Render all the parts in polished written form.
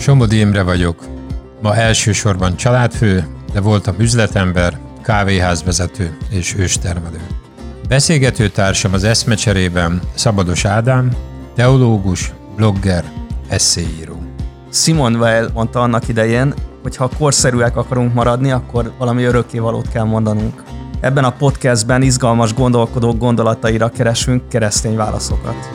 Somodi Imre vagyok. Ma elsősorban családfő, de voltam üzletember, kávéházvezető és őstermelő. Beszélgető társam az eszmecserében Szabados Ádám, teológus, blogger, esszéíró. Simone Weil mondta annak idején, hogy ha korszerűek akarunk maradni, akkor valami örökkévalót kell mondanunk. Ebben a podcastben izgalmas gondolkodók gondolataira keresünk keresztény válaszokat.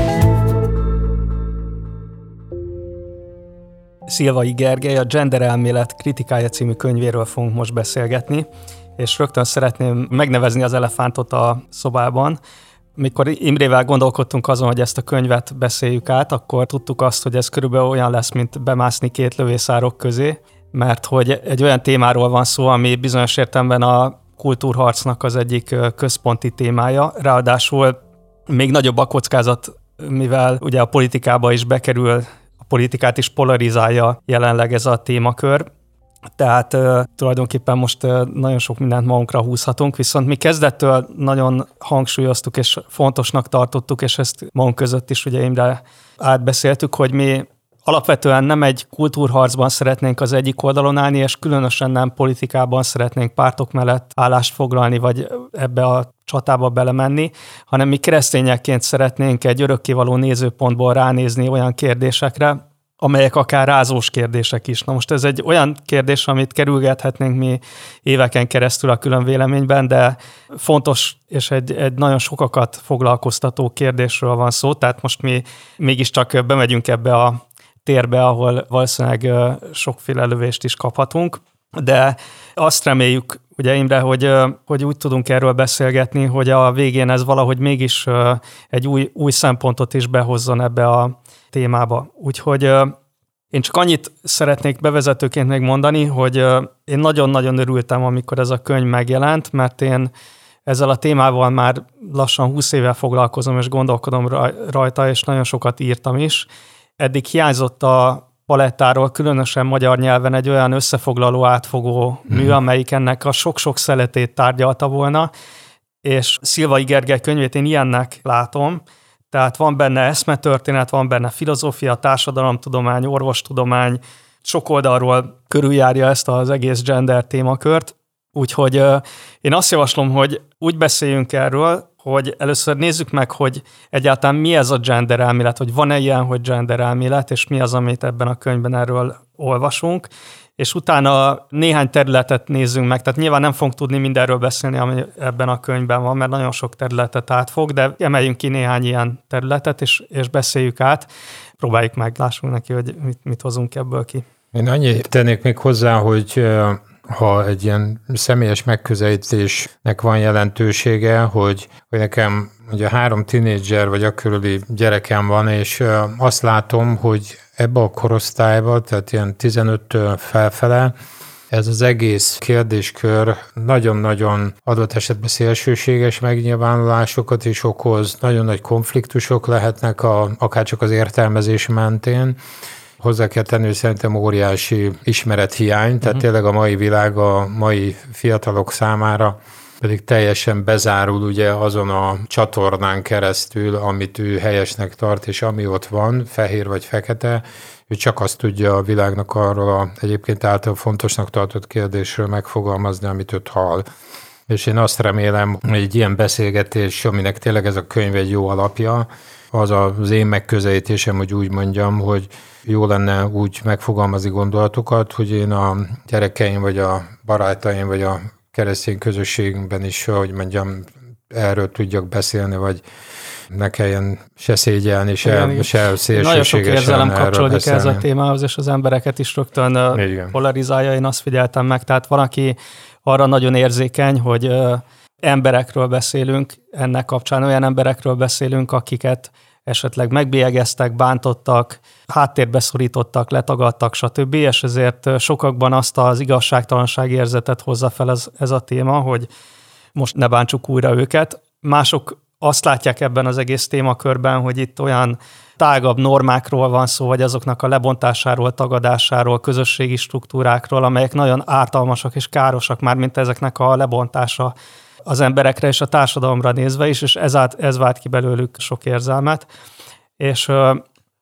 Szilvai Gergely a Gender elmélet kritikája című könyvéről fogunk most beszélgetni, és rögtön szeretném megnevezni az elefántot a szobában. Mikor Imrével gondolkodtunk azon, hogy ezt a könyvet beszéljük át, akkor tudtuk azt, hogy ez körülbelül olyan lesz, mint bemászni két lövészárok közé, mert hogy egy olyan témáról van szó, ami bizonyos értelemben a kultúrharcnak az egyik központi témája. Ráadásul még nagyobb a kockázat, mivel ugye a politikába is bekerül, a politikát is polarizálja jelenleg ez a témakör. Tehát tulajdonképpen most nagyon sok mindent magunkra húzhatunk, viszont mi kezdettől nagyon hangsúlyoztuk és fontosnak tartottuk, és ezt magunk között is ugye Imre átbeszéltük, hogy mi alapvetően nem egy kultúrharcban szeretnénk az egyik oldalon állni, és különösen nem politikában szeretnénk pártok mellett állást foglalni, vagy ebbe a csatába belemenni, hanem mi keresztényekként szeretnénk egy örökkévaló nézőpontból ránézni olyan kérdésekre, amelyek akár rázós kérdések is. Na most ez egy olyan kérdés, amit kerülgethetnénk mi éveken keresztül a külön véleményben, de fontos és egy nagyon sokakat foglalkoztató kérdésről van szó, tehát most mi mégiscsak bemegyünk ebbe a térbe, ahol valószínűleg sokféle lövést is kaphatunk, de azt reméljük, ugye Imre, hogy úgy tudunk erről beszélgetni, hogy a végén ez valahogy mégis egy új szempontot is behozzon ebbe a témába. Úgyhogy én csak annyit szeretnék bevezetőként még mondani, hogy én nagyon-nagyon örültem, amikor ez a könyv megjelent, mert én ezzel a témával már lassan 20 éve foglalkozom, és gondolkodom rajta, és nagyon sokat írtam is. Eddig hiányzott a palettáról, különösen magyar nyelven egy olyan összefoglaló, átfogó mű, amelyik ennek a sok-sok szeletét tárgyalta volna, és Szilvai Gergely könyvét én ilyennek látom, tehát van benne eszmetörténet, van benne filozófia, társadalomtudomány, orvostudomány, sok oldalról körüljárja ezt az egész gender témakört, úgyhogy én azt javaslom, hogy úgy beszéljünk erről, hogy először nézzük meg, hogy egyáltalán mi ez a gender elmélet, hogy van-e ilyen, hogy gender elmélet, és mi az, amit ebben a könyvben erről olvasunk, és utána néhány területet nézzünk meg, tehát nyilván nem fogunk tudni mindenről beszélni, ami ebben a könyvben van, mert nagyon sok területet átfog, de emeljünk ki néhány ilyen területet, és beszéljük át, próbáljuk meg, lássunk neki, hogy mit hozunk ebből ki. Én annyit tennék még hozzá, hogy ha egy ilyen személyes megközelítésnek van jelentősége, hogy nekem ugye 3 tínédzser vagy akkörüli gyerekem van, és azt látom, hogy ebbe a korosztályba, tehát ilyen 15-től felfele, ez az egész kérdéskör nagyon-nagyon adott esetben szélsőséges megnyilvánulásokat is okoz, nagyon nagy konfliktusok lehetnek akárcsak az értelmezés mentén. Hozzá kell tenni, hogy szerintem óriási ismerethiány, tehát tényleg a mai világ a mai fiatalok számára pedig teljesen bezárul ugye azon a csatornán keresztül, amit ő helyesnek tart, és ami ott van, fehér vagy fekete, ő csak azt tudja a világnak arról egyébként által fontosnak tartott kérdésről megfogalmazni, amit őt hall. És én azt remélem, hogy egy ilyen beszélgetés, aminek tényleg ez a könyv egy jó alapja, az az én megközelítésem, hogy úgy mondjam, hogy jó lenne úgy megfogalmazni gondolatokat, hogy én a gyerekeim, vagy a barátaim, vagy a keresztény közösségben is, hogy mondjam, erről tudjak beszélni, vagy ne kelljen se szégyelni, se szélsőségesen. Nagyon sok érzelem kapcsolódik ez a témához, és az embereket is rögtön polarizálja, én azt figyeltem meg. Tehát van, aki arra nagyon érzékeny, hogy emberekről beszélünk, ennek kapcsán olyan emberekről beszélünk, akiket esetleg megbélyegeztek, bántottak, háttérbe szorítottak, letagadtak, stb. És ezért sokakban azt az igazságtalanság érzetet hozza fel ez a téma, hogy most ne bántsuk újra őket. Mások azt látják ebben az egész témakörben, hogy itt olyan tágabb normákról van szó, vagy azoknak a lebontásáról, tagadásáról, közösségi struktúrákról, amelyek nagyon ártalmasak és károsak már, mint ezeknek a lebontása az emberekre és a társadalomra nézve is, és ez vált ki belőlük sok érzelmet. És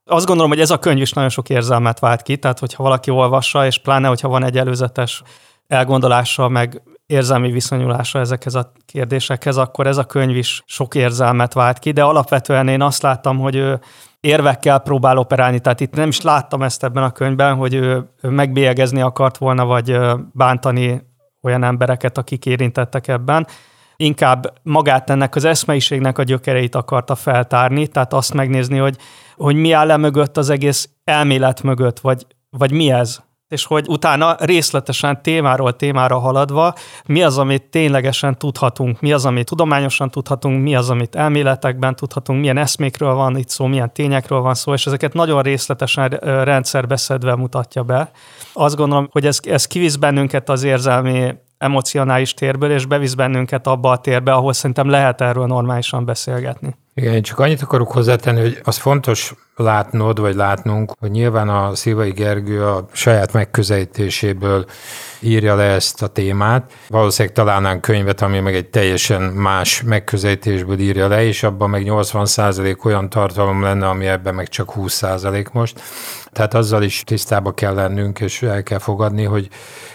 Azt gondolom, hogy ez a könyv is nagyon sok érzelmet vált ki, tehát hogyha valaki olvassa, és pláne, hogyha van egy előzetes elgondolása, meg érzelmi viszonyulása ezekhez a kérdésekhez, akkor ez a könyv is sok érzelmet vált ki, de alapvetően én azt láttam, hogy ő érvekkel próbál operálni, tehát itt nem is láttam ezt ebben a könyvben, hogy ő megbélyegezni akart volna, vagy bántani olyan embereket, akik érintettek ebben. Inkább magát ennek az eszmeiségnek a gyökereit akarta feltárni, tehát azt megnézni, hogy mi áll le mögött az egész elmélet mögött, vagy mi ez. És hogy utána részletesen témára haladva, mi az, amit ténylegesen tudhatunk, mi az, amit tudományosan tudhatunk, mi az, amit elméletekben tudhatunk, milyen eszmékről van itt szó, milyen tényekről van szó, és ezeket nagyon részletesen rendszerbe szedve mutatja be. Azt gondolom, hogy ez kivisz bennünket az érzelmi, emocionális térből, és bevisz bennünket abba a térbe, ahol szerintem lehet erről normálisan beszélgetni. Igen, én csak annyit akarok hozzátenni, hogy az fontos látnod, vagy látnunk, hogy nyilván a Szilvai Gergő a saját megközelítéséből írja le ezt a témát. Valószínűleg találnánk könyvet, ami meg egy teljesen más megközelítésből írja le, és abban meg 80% olyan tartalom lenne, ami ebben meg csak 20% most. Tehát azzal is tisztába kell lennünk, és el kell fogadni, hogy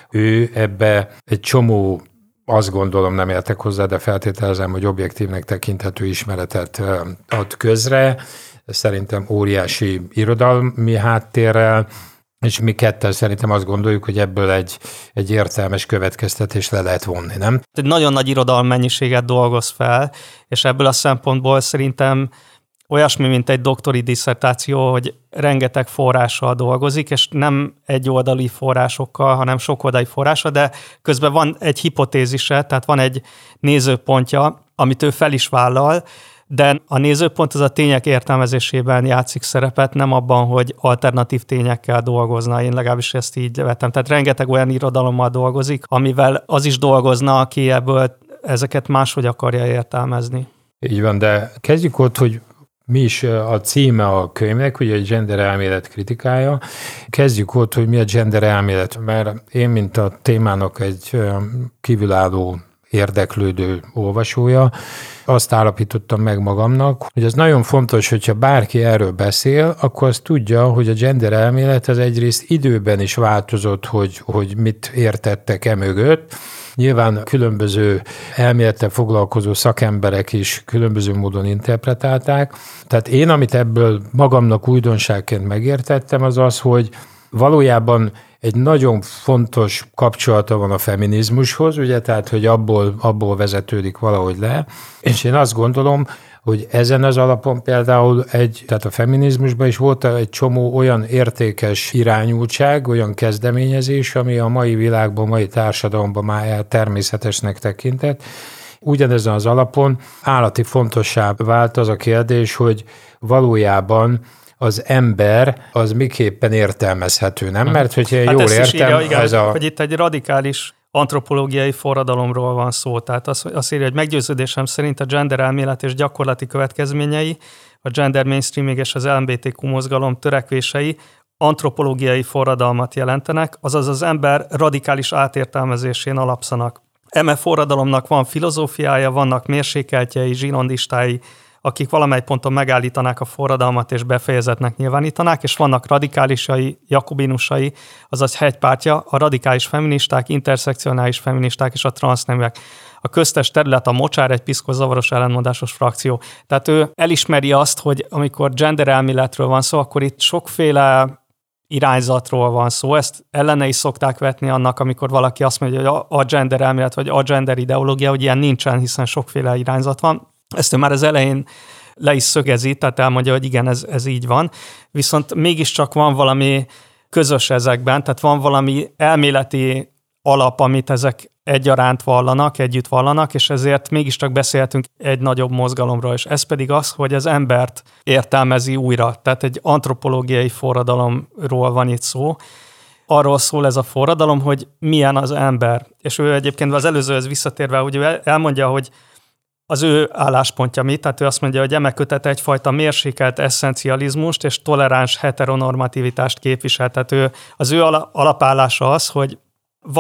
ő ebbe egy csomó, azt gondolom, nem értek hozzá, de feltételezem, hogy objektívnek tekinthető ismeretet ad közre. Szerintem óriási irodalmi háttérrel, és mi ketten szerintem azt gondoljuk, hogy ebből egy értelmes következtetés le lehet vonni, nem? Egy nagyon nagy irodalmi mennyiséget dolgoz fel, és ebből a szempontból szerintem olyasmi, mint egy doktori disszertáció, hogy rengeteg forrással dolgozik, és nem egyoldali forrásokkal, hanem sokoldali forrása, de közben van egy hipotézise, tehát van egy nézőpontja, amit ő fel is vállal, de a nézőpont az a tények értelmezésében játszik szerepet, nem abban, hogy alternatív tényekkel dolgozna. Én legalábbis ezt így vettem. Tehát rengeteg olyan irodalommal dolgozik, amivel az is dolgozna, aki ebből ezeket máshogy akarja értelmezni. Így van, de kezdjük ott, hogy mi is a címe a könyvnek, ugye egy gender elmélet kritikája. Kezdjük ott, hogy mi a gender elmélet, mert én, mint a témának egy kívülálló érdeklődő olvasója, azt állapítottam meg magamnak, hogy ez nagyon fontos, hogyha bárki erről beszél, akkor azt tudja, hogy a gender elmélet az egyrészt időben is változott, hogy mit értettek mögött. Nyilván különböző elmélettel foglalkozó szakemberek is különböző módon interpretálták. Tehát én, amit ebből magamnak újdonságként megértettem, az az, hogy valójában egy nagyon fontos kapcsolata van a feminizmushoz, ugye, tehát, hogy abból vezetődik valahogy le. És én azt gondolom, hogy ezen az alapon például tehát a feminizmusban is volt egy csomó olyan értékes irányultság, olyan kezdeményezés, ami a mai világban, mai társadalomban már természetesnek tekintett. Ugyanezen az alapon állati fontossá vált az a kérdés, hogy valójában az ember az miképpen értelmezhető, nem? Mert hogyha jól értem, írja, hogy itt egy radikális antropológiai forradalomról van szó. Tehát azt írja, hogy meggyőződésem szerint a gender elmélet és gyakorlati következményei, a gender mainstreaming és az LMBTQ mozgalom törekvései antropológiai forradalmat jelentenek, azaz az ember radikális átértelmezésén alapszanak. Eme forradalomnak van filozófiája, vannak mérsékeltjei, zsirondistái, akik valamely ponton megállítanák a forradalmat és befejezetnek nyilvánítanák, és vannak radikálisai, jakobinusai, azaz hegypártja, a radikális feministák, interszekcionális feministák és a transzneműek. A köztes terület a mocsár, egy piszkos zavaros ellenmondásos frakció. Tehát ő elismeri azt, hogy amikor gender elméletről van szó, akkor itt sokféle irányzatról van szó. Ezt ellene is szokták vetni annak, amikor valaki azt mondja, hogy a gender elmélet vagy a gender ideológia, hogy ilyen nincsen, hiszen sokféle irányzat van. Ezt ő már az elején le is szögezi, tehát elmondja, hogy igen, ez így van. Viszont mégiscsak van valami közös ezekben, tehát van valami elméleti alap, amit ezek egyaránt vallanak, együtt vallanak, és ezért mégiscsak beszélhetünk egy nagyobb mozgalomról, és ez pedig az, hogy az embert értelmezi újra. Tehát egy antropológiai forradalomról van itt szó. Arról szól ez a forradalom, hogy milyen az ember. És ő egyébként az előzőhöz visszatérve, hogy ő elmondja, hogy az ő álláspontja mi, tehát ő azt mondja, hogy eme kötet egyfajta mérsékelt esszencializmust és toleráns heteronormativitást képvisel. Tehát az ő alapállása az, hogy van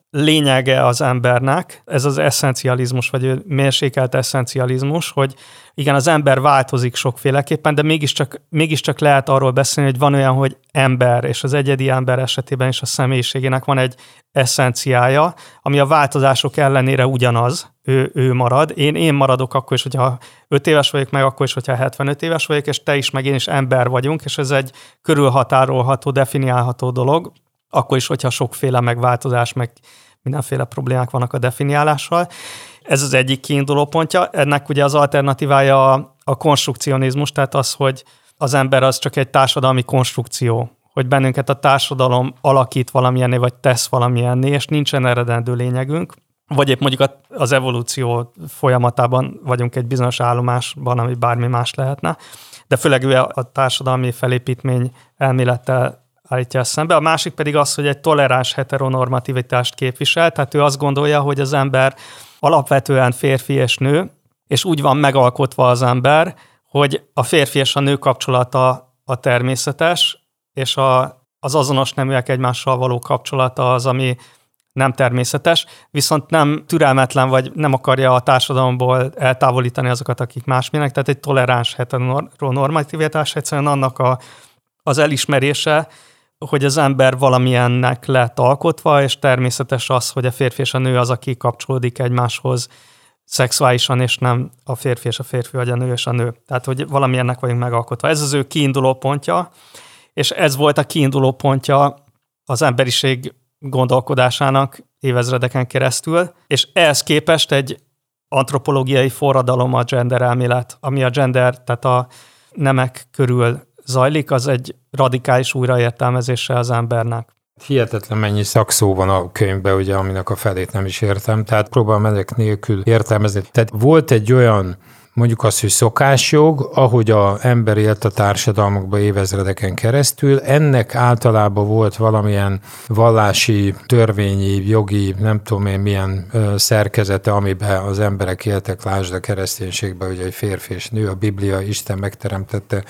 lényege az embernek, ez az eszencializmus, vagy mérsékelt eszencializmus, hogy igen, az ember változik sokféleképpen, de mégiscsak lehet arról beszélni, hogy van olyan, hogy ember, és az egyedi ember esetében is a személyiségének van egy eszenciája, ami a változások ellenére ugyanaz, ő marad. Én maradok akkor is, hogyha 5 éves vagyok, meg akkor is, hogyha 75 éves vagyok, és te is, meg én is ember vagyunk, és ez egy körülhatárolható, definiálható dolog, akkor is, hogyha sokféle megváltozás, meg mindenféle problémák vannak a definiálással. Ez az egyik kiinduló pontja. Ennek ugye az alternatívája a konstrukcionizmus, tehát az, hogy az ember az csak egy társadalmi konstrukció, hogy bennünket a társadalom alakít valamilyenné, vagy tesz valamilyenné, és nincsen eredendő lényegünk. Vagy épp mondjuk az evolúció folyamatában vagyunk egy bizonyos állomásban, ami bármi más lehetne. De főleg ő a társadalmi felépítmény elmélettel állítja ezt szembe. A másik pedig az, hogy egy toleráns heteronormativitást képvisel, tehát ő azt gondolja, hogy az ember alapvetően férfi és nő, és úgy van megalkotva az ember, hogy a férfi és a nő kapcsolata a természetes, és az azonos neműek egymással való kapcsolata az, ami nem természetes, viszont nem türelmetlen, vagy nem akarja a társadalomból eltávolítani azokat, akik másmilyenek, tehát egy toleráns heteronormativitás egyszerűen annak az elismerése, hogy az ember valamilyennek lett alkotva, és természetes az, hogy a férfi és a nő az, aki kapcsolódik egymáshoz szexuálisan, és nem a férfi és a férfi, vagy a nő és a nő. Tehát, hogy valamilyennek vagyunk megalkotva. Ez az ő kiinduló pontja, és ez volt a kiinduló pontja az emberiség gondolkodásának évezredeken keresztül, és ehhez képest egy antropológiai forradalom a gender elmélet, ami a gender, tehát a nemek körül zajlik, az egy radikális újraértelmezése az embernek. Hihetetlen mennyi szakszó van a könyvben, ugye, aminek a felét nem is értem, tehát próbálom ezek nélkül értelmezni. Tehát volt egy olyan, mondjuk azt, hogy szokásjog, ahogy az ember élt a társadalmakban évezredeken keresztül, ennek általában volt valamilyen vallási, törvényi, jogi, nem tudom én milyen szerkezete, amiben az emberek éltek, lásd a kereszténységben, hogy egy férfi és nő, a Biblia, Isten megteremtette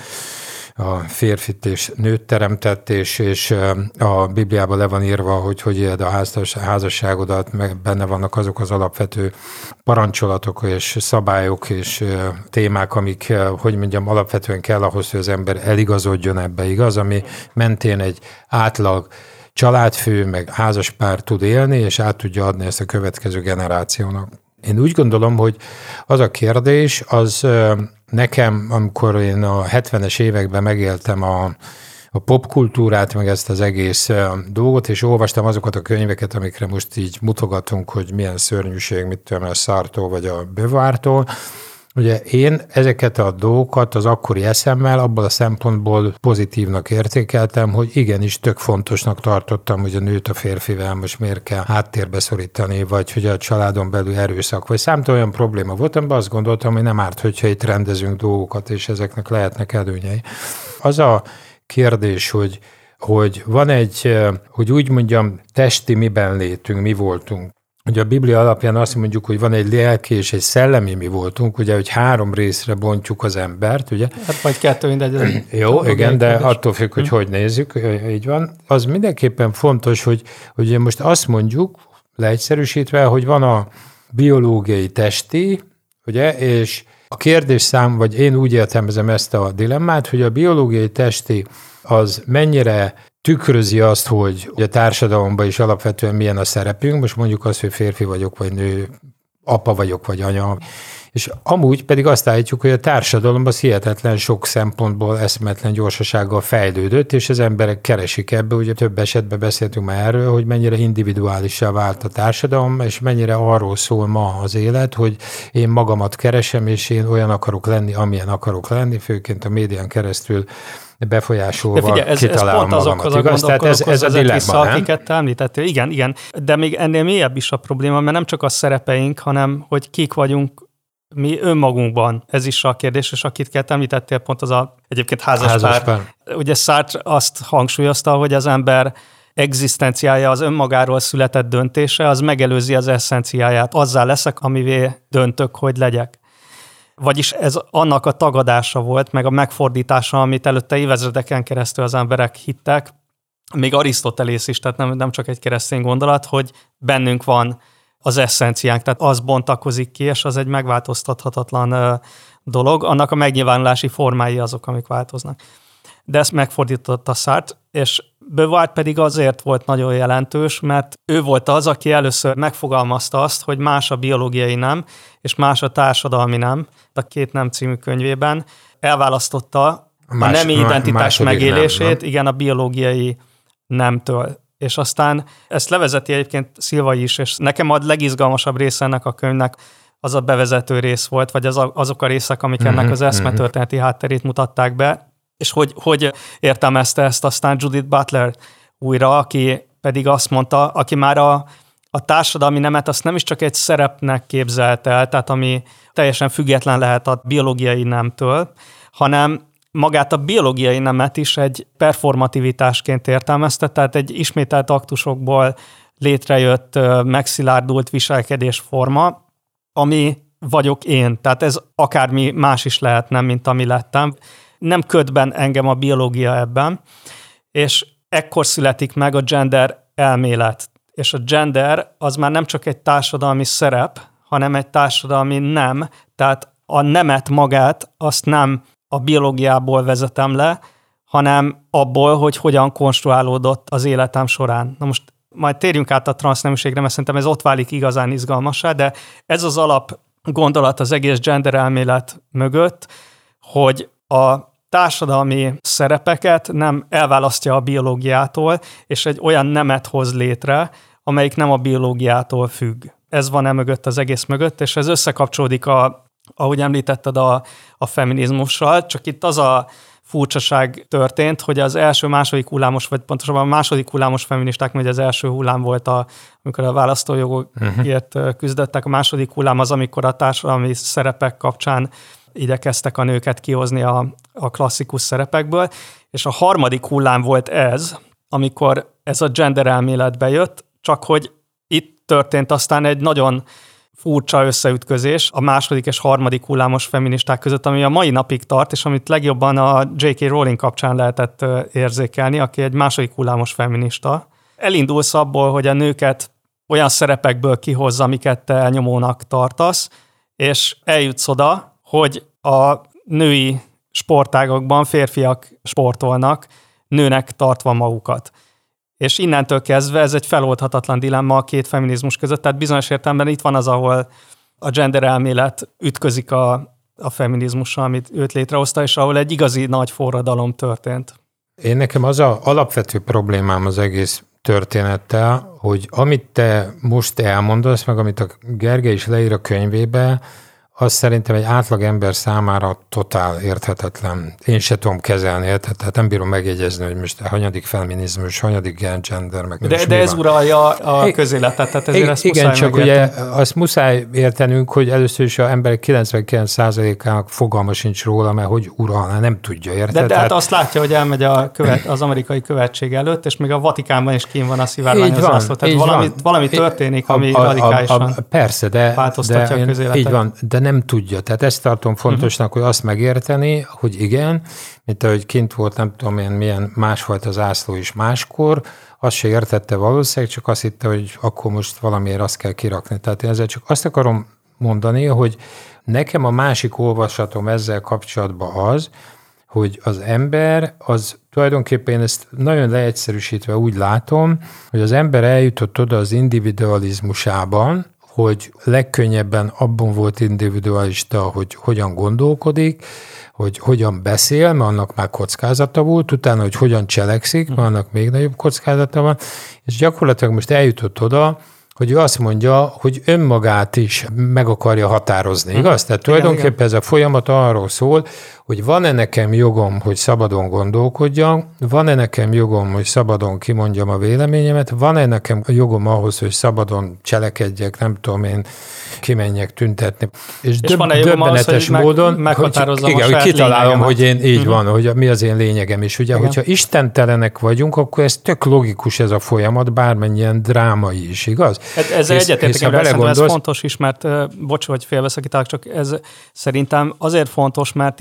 a férfit és nőt teremtett, és a Bibliában le van írva, hogy éled a házasságodat, meg benne vannak azok az alapvető parancsolatok és szabályok és témák, amik, hogy mondjam, alapvetően kell ahhoz, hogy az ember eligazodjon ebbe, igaz, ami mentén egy átlag családfő, meg házaspár tud élni, és át tudja adni ezt a következő generációnak. Én úgy gondolom, hogy az a kérdés, az nekem, amikor én a 70-es években megéltem a popkultúrát, meg ezt az egész dolgot, és olvastam azokat a könyveket, amikre most így mutogatunk, hogy milyen szörnyűség, mit tudom, a Sartól vagy a Beauvoirtól. Ugye én ezeket a dolgokat az akkori eszemmel abból a szempontból pozitívnak értékeltem, hogy igenis tök fontosnak tartottam, hogy a nőt a férfivel most miért kell háttérbe szorítani, vagy hogy a családon belül erőszak, vagy számtalan olyan probléma volt, amiben azt gondoltam, hogy nem árt, hogyha itt rendezünk dolgokat, és ezeknek lehetnek előnyei. Az a kérdés, hogy van egy, hogy úgy mondjam, testi miben létünk, mi voltunk. Ugye a Biblia alapján azt mondjuk, hogy van egy lelki és egy szellemi mi voltunk, ugye, hogy 3 részre bontjuk az embert, ugye? Hát vagy 2 mindegy. Jó, igen, de attól függ, hogy nézzük, így van. Az mindenképpen fontos, hogy ugye most azt mondjuk, leegyszerűsítve, hogy van a biológiai testi, ugye, és a kérdésszám, vagy én úgy értelmezem ezt a dilemmát, hogy a biológiai testi az mennyire tükrözi azt, hogy a társadalomban is alapvetően milyen a szerepünk, most mondjuk azt, hogy férfi vagyok, vagy nő, apa vagyok, vagy anya, és amúgy pedig azt állítjuk, hogy a társadalom az hihetetlen sok szempontból eszmetlen gyorsasággal fejlődött, és az emberek keresik ebbe, ugye több esetben beszéltünk már erről, hogy mennyire individuálissá vált a társadalom, és mennyire arról szól ma az élet, hogy én magamat keresem, és én olyan akarok lenni, amilyen akarok lenni, főként a médián keresztül befolyásolva kitalálom magamat. Azokhoz igaz? Tehát ez a dilemma, akiket te említettél. Igen, de még ennél mélyebb is a probléma, mert nem csak a szerepeink, hanem hogy kik vagyunk mi önmagunkban. Ez is a kérdés, és akit kell említettél, pont az egyébként házaspár. Ugye Sartre azt hangsúlyozta, hogy az ember egzisztenciája, az önmagáról született döntése, az megelőzi az eszenciáját. Azzá leszek, amivé döntök, hogy legyek. Vagyis ez annak a tagadása volt, meg a megfordítása, amit előtte évezredeken keresztül az emberek hittek, még Arisztotelész is, tehát nem csak egy keresztény gondolat, hogy bennünk van az eszenciánk, tehát az bontakozik ki, és az egy megváltoztathatatlan dolog. Annak a megnyilvánulási formái azok, amik változnak. De ezt megfordította Sartre, és Beauvoir pedig azért volt nagyon jelentős, mert ő volt az, aki először megfogalmazta azt, hogy más a biológiai nem, és más a társadalmi nem. A Két nem című könyvében elválasztotta a nemi identitás megélését, igen, a biológiai nemtől. És aztán ezt levezeti egyébként Szilvai is, és nekem a legizgalmasabb része ennek a könyvnek az a bevezető rész volt, vagy azok a részek, amik ennek az eszmetörténeti hátterét mutatták be, és hogy értelmezte ezt aztán Judith Butler újra, aki pedig azt mondta, aki már a társadalmi nemet azt nem is csak egy szerepnek képzelte el, tehát ami teljesen független lehet a biológiai nemtől, hanem magát a biológiai nemet is egy performativitásként értelmezte, tehát egy ismételt aktusokból létrejött, megszilárdult viselkedésforma, ami vagyok én. Tehát ez akármi más is lehet, nem mint ami lettem. Nem köt ben engem a biológia ebben, és ekkor születik meg a gender elmélet. És a gender az már nem csak egy társadalmi szerep, hanem egy társadalmi nem, tehát a nemet magát azt nem a biológiából vezetem le, hanem abból, hogy hogyan konstruálódott az életem során. Na most majd térjünk át a transzneműségre, mert szerintem ez ott válik igazán izgalmassá, de ez az alap gondolat az egész gender elmélet mögött, hogy a társadalmi szerepeket nem elválasztja a biológiától, és egy olyan nemet hoz létre, amelyik nem a biológiától függ. Ez van mögött, az egész mögött, és ez összekapcsolódik ahogy említetted, a feminizmussal, csak itt az a furcsaság történt, hogy az első-második hullámos, vagy pontosabban a második hullámos feministák, mert az első hullám volt, amikor a választójogokért küzdöttek, a második hullám az, amikor a társadalmi szerepek kapcsán igyekeztek a nőket kihozni a klasszikus szerepekből, és a harmadik hullám volt ez, amikor ez a gender elmélet bejött, csak hogy itt történt aztán egy nagyon furcsa összeütközés a második és harmadik hullámos feministák között, ami a mai napig tart, és amit legjobban a J.K. Rowling kapcsán lehetett érzékelni, aki egy második hullámos feminista. Elindulsz abból, hogy a nőket olyan szerepekből kihozza, amiket te elnyomónak tartasz, és eljutsz oda, hogy a női sportágakban férfiak sportolnak, nőnek tartva magukat. És innentől kezdve ez egy feloldhatatlan dilemma a két feminizmus között, tehát bizonyos értelemben itt van az, ahol a gender elmélet ütközik a feminizmussal, amit őt létrehozta, és ahol egy igazi nagy forradalom történt. Én nekem az az alapvető problémám az egész történettel, hogy amit te most elmondasz, meg amit a Gergely is leír a könyvébe, az szerintem egy átlag ember számára totál érthetetlen. Én se tudom kezelni, tehát nem bírom megjegyezni, hogy most hanyadik feminizmus, hanyadik gender, meg de ez uralja a közéletet, tehát ezért ezt igen, muszáj csak ugye azt muszáj értenünk, hogy először is az emberek 99%-ának fogalma sincs róla, mert hogy uralna, nem tudja, érted? De hát azt látja, hogy elmegy az amerikai követség előtt, és még a Vatikánban is kín van a szivárvány az zászló. Tehát valami történik, ami radikálisan persze, változtatja a közéletet. Így van, de nem tudja. Tehát ezt tartom fontosnak, hogy azt megérteni, hogy igen, mint ahogy kint volt, nem tudom én, milyen más volt az zászló is máskor, azt se értette valószínűleg, csak azt hitte, hogy akkor most valamiért azt kell kirakni. Tehát én ezzel csak azt akarom mondani, hogy nekem a másik olvasatom ezzel kapcsolatban az, hogy az ember, az tulajdonképpen én ezt nagyon leegyszerűsítve úgy látom, hogy az ember eljutott oda az individualizmusában, hogy legkönnyebben abban volt individualista, hogy hogyan gondolkodik, hogy hogyan beszél, mert annak már kockázata volt, utána, hogy hogyan cselekszik, mert annak még nagyobb kockázata van, és gyakorlatilag most eljutott oda, hogy ő azt mondja, hogy önmagát is meg akarja határozni, igaz? Tehát tulajdonképpen ez a folyamat arról szól, hogy van-e nekem jogom, hogy szabadon gondolkodjam, van-e nekem jogom, hogy szabadon kimondjam a véleményemet, van-e nekem jogom ahhoz, hogy szabadon cselekedjek, nem tudom én, kimenjek tüntetni. És döbbenetes módon, meghatározzam hogy kitalálom, hogy én így van, hogy mi az én lényegem. És ugye, hogyha istentelenek vagyunk, akkor ez tök logikus ez a folyamat, bármennyien drámai is, igaz? Ezzel egyetértek, ez fontos is, mert bocs, hogy félbeszakítalak, csak ez szerintem azért fontos, mert itt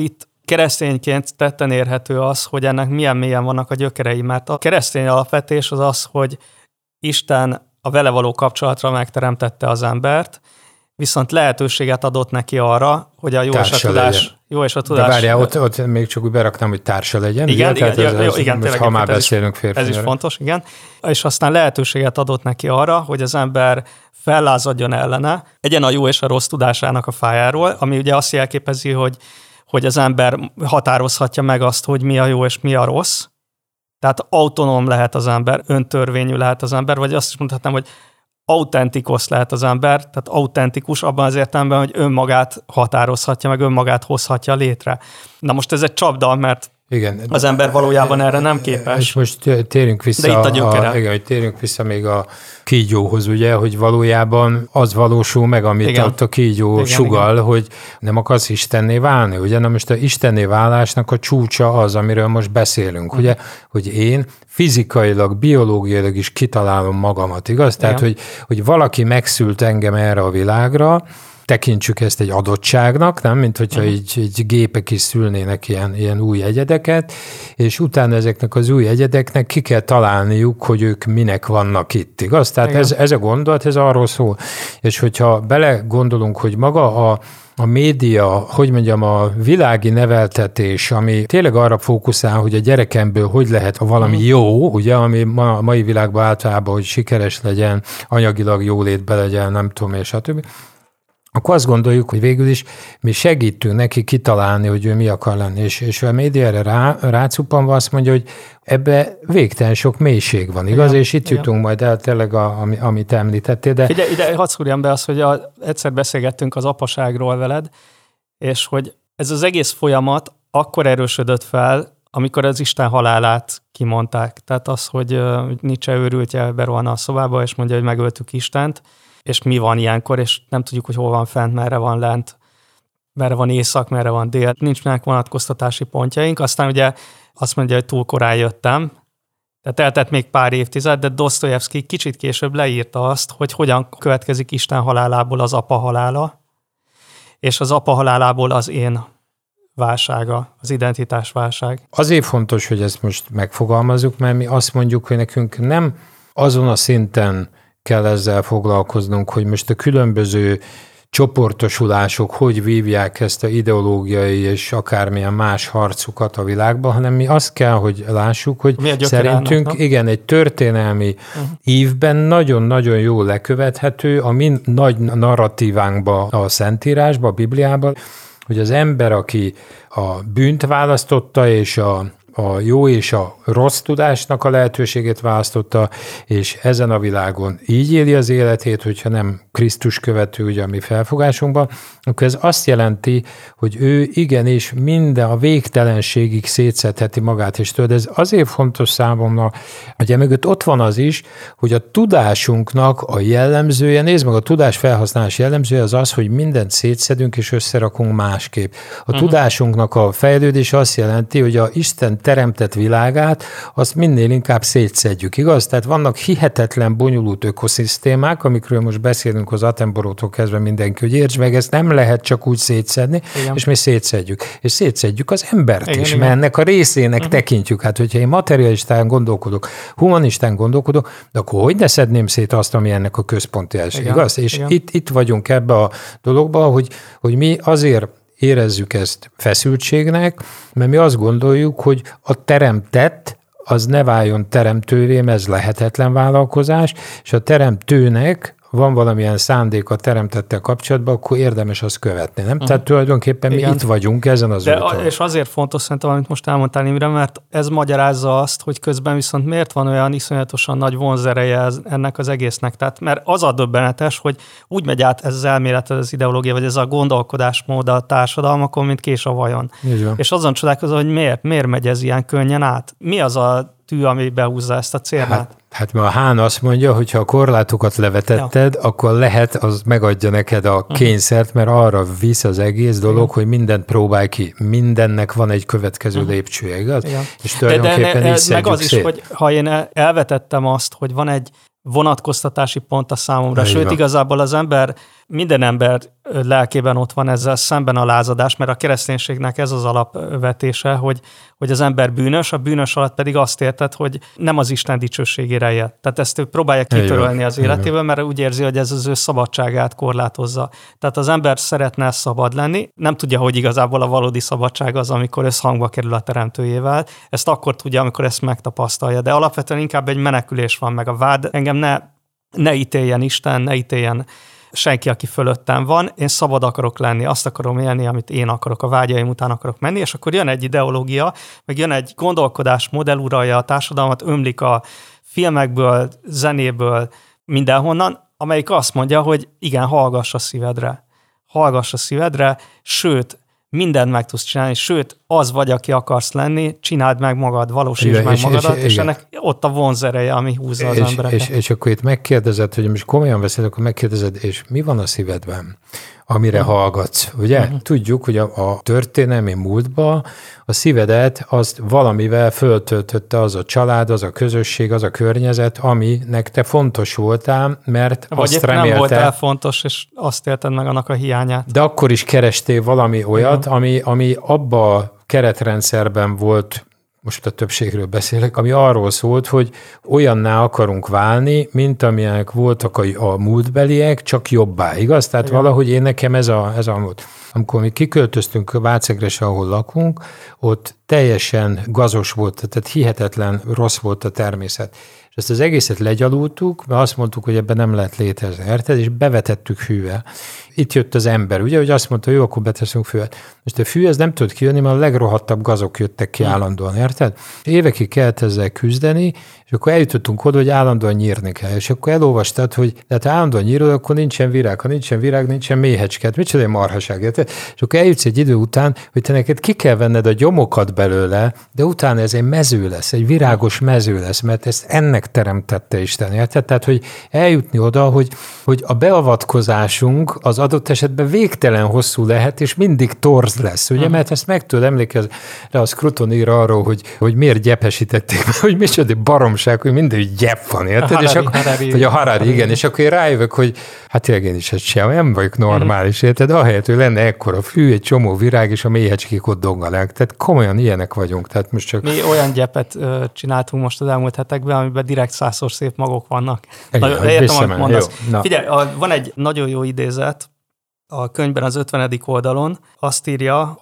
keresztényként tetten érhető az, hogy ennek milyen mélyen vannak a gyökerei, mert a keresztény alapvetés az az, hogy Isten a vele való kapcsolatra megteremtette az embert, viszont lehetőséget adott neki arra, hogy a jó és a tudás... De várjál, ott még csak úgy beraknám, hogy társa legyen. Igen, ha már beszélünk férfiról. Ez is fontos, igen. És aztán lehetőséget adott neki arra, hogy az ember fellázadjon ellene, egyen a jó és a rossz tudásának a fájáról, ami ugye azt jelképezi, hogy az ember határozhatja meg azt, hogy mi a jó és mi a rossz. Tehát autonóm lehet az ember, öntörvényű lehet az ember, vagy azt is mondhatnám, hogy autentikus lehet az ember, tehát autentikus abban az értelemben, hogy önmagát határozhatja, meg önmagát hozhatja létre. Na most ez egy csapda, mert igen, az ember valójában erre nem képes. És most térjünk vissza még a kígyóhoz, ugye, hogy valójában az valósul meg, amit ott a kígyó sugall, hogy nem akarsz istenné válni. Ugye, na most a istenné válásnak a csúcsa az, amiről most beszélünk, ugye, hogy én fizikailag, biológiailag is kitalálom magamat, igaz? Tehát, hogy valaki megszült engem erre a világra, tekintsük ezt egy adottságnak, nem? Mint hogyha így gépek is szülnének ilyen új egyedeket, és utána ezeknek az új egyedeknek ki kell találniuk, hogy ők minek vannak itt, igaz? Tehát ez a gondolat, ez arról szól. És hogyha belegondolunk, hogy maga a média, hogy mondjam, a világi neveltetés, ami tényleg arra fókuszál, hogy a gyerekemből hogy lehet valami jó, ugye, ami a mai világban általában, hogy sikeres legyen, anyagilag jólétbe legyen, nem tudom, és stb., akkor azt gondoljuk, hogy végül is mi segítünk neki kitalálni, hogy ő mi akar lenni. És a média erre rácuppanva azt mondja, hogy ebbe végtelen sok mélység van, igaz? És itt jutunk majd el tényleg, amit említettél. De... Ide hadd szúrjam be azt, hogy egyszer beszélgettünk az apaságról veled, és hogy ez az egész folyamat akkor erősödött fel, amikor az Isten halálát kimondták. Tehát az, hogy Nietzsche őrültje berohan a szobába, és mondja, hogy megöltük Istent, és mi van ilyenkor, és nem tudjuk, hogy hol van fent, merre van lent, merre van észak, merre van dél. Nincsnek vonatkoztatási pontjaink. Aztán ugye azt mondja, hogy túl korán jöttem. Tehát eltett még pár évtized, de Dosztojevszky kicsit később leírta azt, hogy hogyan következik Isten halálából az apa halála, és az apa halálából az én válsága, az identitás válság. Azért fontos, hogy ezt most megfogalmazzuk, mert mi azt mondjuk, hogy nekünk nem azon a szinten kell ezzel foglalkoznunk, hogy most a különböző csoportosulások hogy vívják ezt a ideológiai és akármilyen más harcukat a világban, hanem mi azt kell, hogy lássuk, hogy szerintünk egy történelmi ívben nagyon-nagyon jól lekövethető a mi nagy narratívánkba, a Szentírásba, a Bibliában, hogy az ember, aki a bűnt választotta, és a jó és a rossz tudásnak a lehetőségét választotta, és ezen a világon így éli az életét, hogyha nem Krisztus követő, ugye a mi felfogásunkban, akkor ez azt jelenti, hogy ő igenis minden a végtelenségig szétszedheti magát, és tudod, ez azért fontos számomra, hogy emögött ott van az is, hogy a tudásunknak a jellemzője, nézd meg, a tudás felhasználás jellemzője az az, hogy mindent szétszedünk és összerakunk másképp. A tudásunknak a fejlődés azt jelenti, hogy a Isten teremtett világát, azt minél inkább szétszedjük, igaz? Tehát vannak hihetetlen bonyolult ökoszisztémák, amikről most beszélünk az Attenborótól kezdve mindenki, hogy értsd meg, ezt nem lehet csak úgy szétszedni, és mi szétszedjük. És szétszedjük az embert is, mert ennek a részének tekintjük. Hát, hogyha én materialistán gondolkodok, humanistán gondolkodok, de akkor hogy ne szedném szét azt, ami ennek a központi igaz? És itt vagyunk ebbe a dologba, hogy mi azért érezzük ezt feszültségnek, mert mi azt gondoljuk, hogy a teremtett az ne váljon teremtővé, mert ez lehetetlen vállalkozás, és a teremtőnek van valamilyen szándék a teremtettel kapcsolatban, akkor érdemes azt követni, nem? Tehát tulajdonképpen mi itt vagyunk ezen az úton. És azért fontos szerintem, amit most elmondtál, Imre, mert ez magyarázza azt, hogy közben viszont miért van olyan iszonyatosan nagy vonzereje ennek az egésznek. Tehát, mert az a döbbenetes, hogy úgy megy át ez az elmélet, az ideológia, vagy ez a gondolkodásmód a társadalmakon, mint kés a vajon. És azon csodálkozom, hogy miért megy ez ilyen könnyen át? Mi az a tű, ami behúzza ezt a célnát? Hát mert a Hán azt mondja, hogy ha a korlátokat levetetted, akkor lehet, az megadja neked a kényszert, mert arra visz az egész dolog, hogy mindent próbálj ki. Mindennek van egy következő lépcsője, igaz? És tulajdonképpen így meg az is, hogy ha én elvetettem azt, hogy vonatkoztatási pont a számomra. Sőt, igazából minden ember lelkében ott van ezzel szemben a lázadás, mert a kereszténységnek ez az alapvetése, hogy az ember bűnös, a bűnös alatt pedig azt érted, hogy nem az Isten dicsőségére él. Tehát ezt ő próbálja kitörölni az életéből, mert úgy érzi, hogy ez az ő szabadságát korlátozza. Tehát az ember szeretne szabad lenni, nem tudja, hogy igazából a valódi szabadság az, amikor összhangba kerül a teremtőjével. Ezt akkor tudja, amikor ezt megtapasztalja. De alapvetően inkább egy menekülés van, meg a vád. Engem ne ítéljen Isten, ne ítéljen senki, aki fölöttem van, én szabad akarok lenni, azt akarom élni, amit én akarok, a vágyaim után akarok menni, és akkor jön egy ideológia, meg jön egy gondolkodásmodell, uralja a társadalmat, ömlik a filmekből, zenéből, mindenhonnan, amelyik azt mondja, hogy igen, hallgass a szívedre, sőt, mindent meg tudsz csinálni, sőt, az vagy, aki akarsz lenni, csináld meg magad, valósítsd meg magadat, és ennek ott a vonzereje, ami húzza az embereket. És akkor itt megkérdezed, hogy most komolyan veszed, akkor megkérdezed, és mi van a szívedben, amire hallgatsz, ugye? Tudjuk, hogy a történelmi múltban a szívedet azt valamivel föltöltötte az a család, az a közösség, az a környezet, aminek te fontos voltál, mert vagy azt remélte. nem voltál fontos, és azt élted meg annak a hiányát. De akkor is kerestél valami olyat, ami abba a keretrendszerben volt, most a többségről beszélek, ami arról szólt, hogy olyanná akarunk válni, mint amilyenek voltak a múltbeliek, csak jobbá, igaz? Tehát valahogy én nekem ez a múlt. Amikor mi kiköltöztünk Vácegresre, ahol lakunk, ott teljesen gazos volt, tehát hihetetlen rossz volt a természet. És ezt az egészet legyalultuk, mert azt mondtuk, hogy ebben nem lehet létezni, érted? És bevetettük fűvel. Itt jött az ember, ugye, hogy azt mondta, jó, akkor beteszünk fűvet. Most a fű, ez nem tud kijönni, mert a legrohadtabb gazok jöttek ki állandóan, érted? Évekig kellett ezzel küzdeni, és akkor eljutottunk oda, hogy állandóan nyírni kell. És akkor elolvastad, hogy tehát ha állandóan nyírod, akkor nincsen virág, ha nincsen virág, nincsen méhecske. Micsoda egy marhaság, érted? És akkor eljutsz egy idő után, hogy te neked ki kell venned a gyomokat belőle, de utána ez egy mező lesz, egy virágos mező lesz, mert ezt ennek teremtette Isten, érted? Tehát, hogy eljutni oda, hogy a beavatkozásunk az adott esetben végtelen hosszú lehet, és mindig torz lesz, ugye? Mert ezt meg tudod emlékezni, a Scruton ír arról, hogy miért gyepesítették, hogy micsoda baromság, hogy minden gyep van, érted? Vagy a Harari, igen, és akkor én rájövök, hogy hát tényleg én is sem, nem vagyok normális, érted? Ahelyett, hogy lenne ekkora fű, egy csomó virág, és a méhecskék ott dongalák. Tehát komolyan ilyenek vagyunk. Tehát most csak... Mi olyan gyepet csináltunk most az elmúlt hetekben, amiben direkt 100-szor szép magok vannak. Értem, amit mondasz. Figyelj, van egy nagyon jó idézet a könyvben az 50. oldalon, azt írja,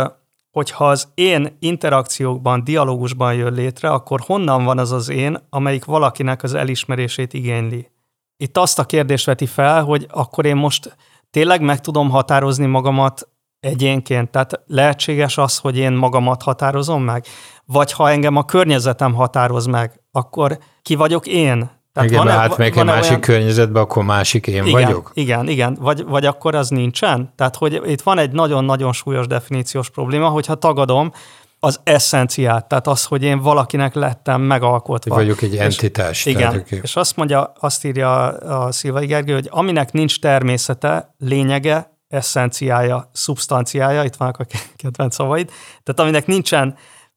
hogyha az én interakciókban, dialógusban jön létre, akkor honnan van az én, amelyik valakinek az elismerését igényli? Itt azt a kérdést veti fel, hogy akkor én most tényleg meg tudom határozni magamat egyénként? Tehát lehetséges az, hogy én magamat határozom meg? Vagy ha engem a környezetem határoz meg, akkor ki vagyok én? Tehát igen, hát meg egy másik környezetben, akkor másik én vagyok? Igen. Vagy akkor az nincsen? Tehát, hogy itt van egy nagyon-nagyon súlyos definíciós probléma, hogyha tagadom az eszenciát, tehát az, hogy én valakinek lettem megalkotva. Vagyok egy entitás. Igen, és azt írja a Szilvai Gergő, hogy aminek nincs természete, lényege, eszenciája, szubstanciája, itt vannak a kedvenc szavaid, tehát aminek nincsen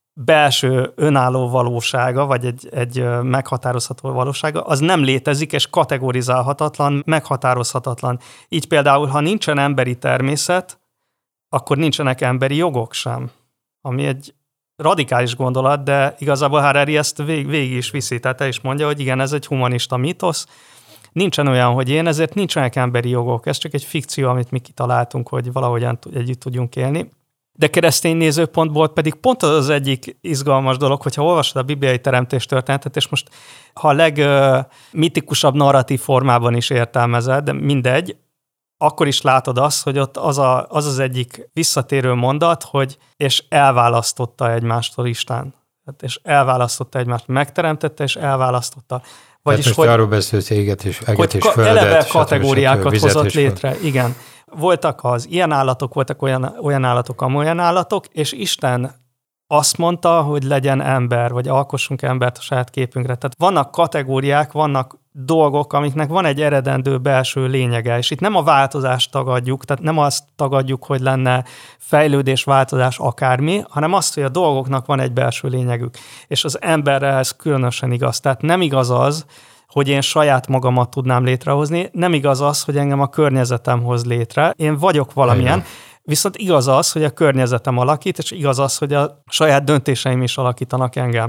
belső önálló valósága, vagy egy meghatározható valósága, az nem létezik, és kategorizálhatatlan, meghatározhatatlan. Így például, ha nincsen emberi természet, akkor nincsenek emberi jogok sem, ami egy radikális gondolat, de igazából Harari ezt végig is viszi, tehát is mondja, hogy igen, ez egy humanista mítosz, nincsen olyan, hogy én, ezért nincsenek emberi jogok, ez csak egy fikció, amit mi kitaláltunk, hogy valahogyan együtt tudjunk élni. De keresztény nézőpontból pedig pont az egyik izgalmas dolog, hogyha olvasod a bibliai teremtés történetet, és most ha a legmitikusabb narratív formában is értelmezed, de mindegy, akkor is látod azt, hogy ott az egyik visszatérő mondat, hogy és elválasztotta egymástól Isten. És elválasztotta egymást, megteremtette, és elválasztotta. Vagyis, hogy arról beszélsz, éget és földet, eleve kategóriákat hozott létre, igen. Voltak az ilyen állatok, voltak olyan állatok, amolyan állatok, és Isten azt mondta, hogy legyen ember, vagy alkossunk embert a saját képünkre. Tehát vannak kategóriák, vannak dolgok, amiknek van egy eredendő belső lényege, és itt nem a változást tagadjuk, tehát nem azt tagadjuk, hogy lenne fejlődés, változás, akármi, hanem azt, hogy a dolgoknak van egy belső lényegük. És az emberre ez különösen igaz. Tehát nem igaz az, hogy én saját magamat tudnám létrehozni. Nem igaz az, hogy engem a környezetem hoz létre. Én vagyok valamilyen, viszont igaz az, hogy a környezetem alakít, és igaz az, hogy a saját döntéseim is alakítanak engem.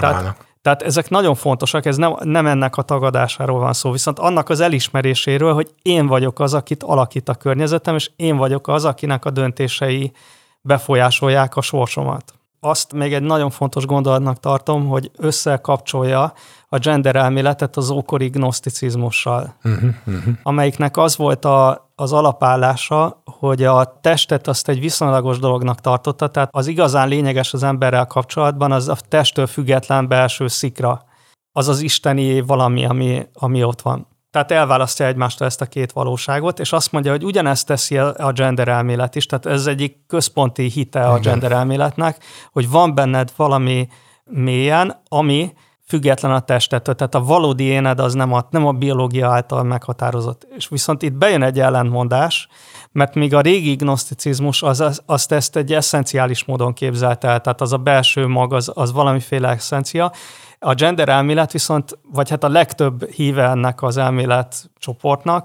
Tehát ezek nagyon fontosak, ez nem ennek a tagadásáról van szó, viszont annak az elismeréséről, hogy én vagyok az, akit alakít a környezetem, és én vagyok az, akinek a döntései befolyásolják a sorsomat. Azt még egy nagyon fontos gondolatnak tartom, hogy összekapcsolja a gender elméletet az ókori gnoszticizmussal, amelyiknek az volt az alapállása, hogy a testet azt egy viszonylagos dolognak tartotta, tehát az igazán lényeges az emberrel kapcsolatban az a testtől független belső szikra, az az isteni valami, ami ott van. Tehát elválasztja egymástól ezt a két valóságot, és azt mondja, hogy ugyanezt teszi a gender elmélet is, tehát ez egyik központi hite a gender elméletnek, hogy van benned valami mélyen, ami független a testettől, tehát a valódi éned az nem a biológia által meghatározott. És viszont itt bejön egy ellentmondás, mert míg a régi gnoszticizmus azt ezt egy eszenciális módon képzelte el, tehát az a belső mag, az valamiféle eszencia. A gender elmélet viszont, vagy hát a legtöbb híve ennek az elméletcsoportnak,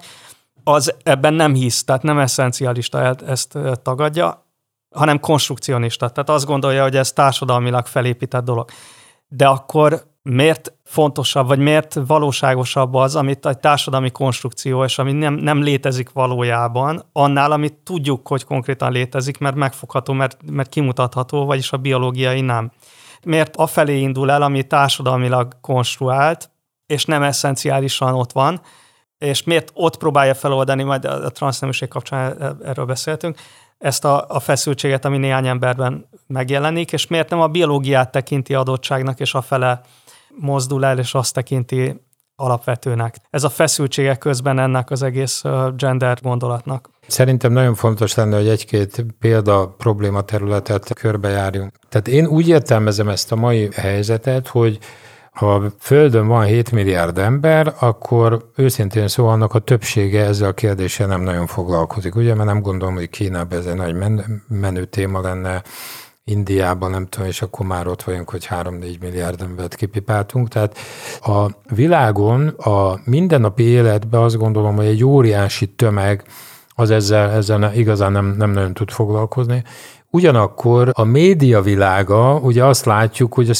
az ebben nem hisz, tehát nem eszencialista, ezt tagadja, hanem konstrukcionista. Tehát azt gondolja, hogy ez társadalmilag felépített dolog. De akkor miért fontosabb, vagy miért valóságosabb az, amit egy társadalmi konstrukció, és ami nem létezik valójában, annál, amit tudjuk, hogy konkrétan létezik, mert megfogható, mert kimutatható, vagyis a biológiai nem. Miért afelé indul el, ami társadalmilag konstruált, és nem eszenciálisan ott van, és miért ott próbálja feloldani, majd a transzneműség kapcsán erről beszéltünk, ezt a feszültséget, ami néhány emberben megjelenik, és miért nem a biológiát tekinti adottságnak, és afele mozdul el, és azt tekinti alapvetőnek. Ez a feszültsége közben ennek az egész gender gondolatnak. Szerintem nagyon fontos lenne, hogy egy-két példa problématerületet körbejárjunk. Tehát én úgy értelmezem ezt a mai helyzetet, hogy ha a Földön van 7 milliárd ember, akkor őszintén szóval annak a többsége ezzel a kérdéssel nem nagyon foglalkozik. Ugye, mert nem gondolom, hogy Kínában ez egy nagy menő téma lenne, Indiában nem tudom, és akkor már ott vagyunk, hogy 3-4 milliárd embert kipipáltunk. Tehát a világon, a mindennapi életben azt gondolom, hogy egy óriási tömeg az ezzel igazán nem nagyon tud foglalkozni. Ugyanakkor a média világa, ugye azt látjuk, hogy az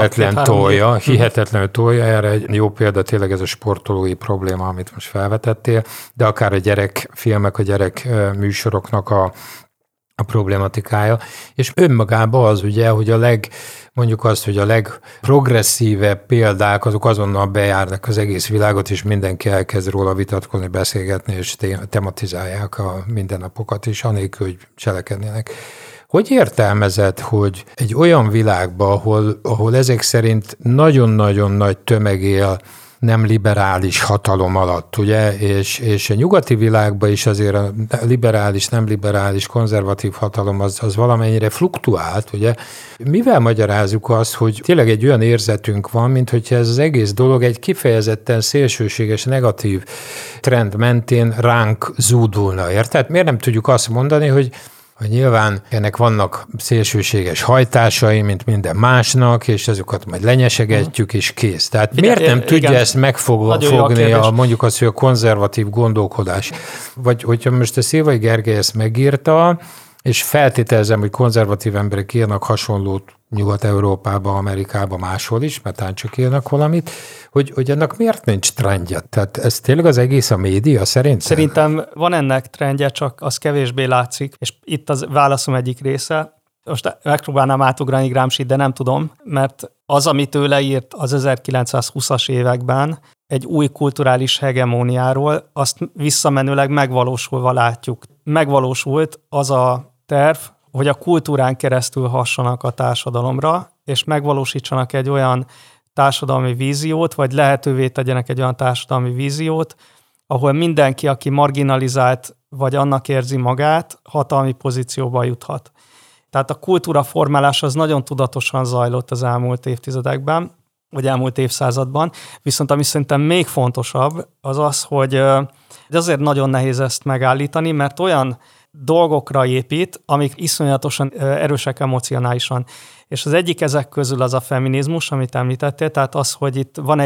hihetetlenül tolja, erre egy jó példa tényleg ez a sportolói probléma, amit most felvetettél, de akár a gyerekfilmek, a gyerekműsoroknak a problématikája, és önmagában az ugye, hogy mondjuk azt, hogy a legprogresszívebb példák, azok azonnal bejárnak az egész világot, és mindenki elkezd róla vitatkozni, beszélgetni, és tematizálják a mindennapokat is, anélkül, hogy cselekednének. Hogy értelmezed, hogy egy olyan világban, ahol ezek szerint nagyon-nagyon nagy tömeg él nem liberális hatalom alatt, ugye, és a nyugati világban is azért a liberális, nem liberális, konzervatív hatalom az valamennyire fluktuált, ugye. Mivel magyarázzuk azt, hogy tényleg egy olyan érzetünk van, mint hogyha ez az egész dolog egy kifejezetten szélsőséges, negatív trend mentén ránk zúdulna, érted? Miért nem tudjuk azt mondani, hogy nyilván ennek vannak szélsőséges hajtásai, mint minden másnak, és azokat majd lenyesegetjük, és kész. Tehát miért nem tudja ezt megfogni mondjuk azt, hogy a konzervatív gondolkodás? Vagy hogyha most a Szilvai Gergely ezt megírta, és feltételezem, hogy konzervatív emberek írnak hasonlót Nyugat-Európában, Amerikában, máshol is, mert talán csak írnak valamit, hogy ennek miért nincs trendje? Tehát ez tényleg az egész a média szerint? Szerintem van ennek trendje, csak az kevésbé látszik, és itt az válaszom egyik része. Most megpróbálnám átugrani Gramsci-t, de nem tudom, mert az, amit ő leírt az 1920-as években egy új kulturális hegemóniáról, azt visszamenőleg megvalósulva látjuk. Megvalósult az a terv, hogy a kultúrán keresztül hassanak a társadalomra, és megvalósítsanak egy olyan társadalmi víziót, vagy lehetővé tegyenek egy olyan társadalmi víziót, ahol mindenki, aki marginalizált, vagy annak érzi magát, hatalmi pozícióba juthat. Tehát a kultúraformálás az nagyon tudatosan zajlott az elmúlt évtizedekben, vagy elmúlt évszázadban, viszont ami szerintem még fontosabb, az az, hogy azért nagyon nehéz ezt megállítani, mert olyan dolgokra épít, amik iszonyatosan erősek emocionálisan. És az egyik ezek közül az a feminizmus, amit említettél, tehát az, hogy itt van egy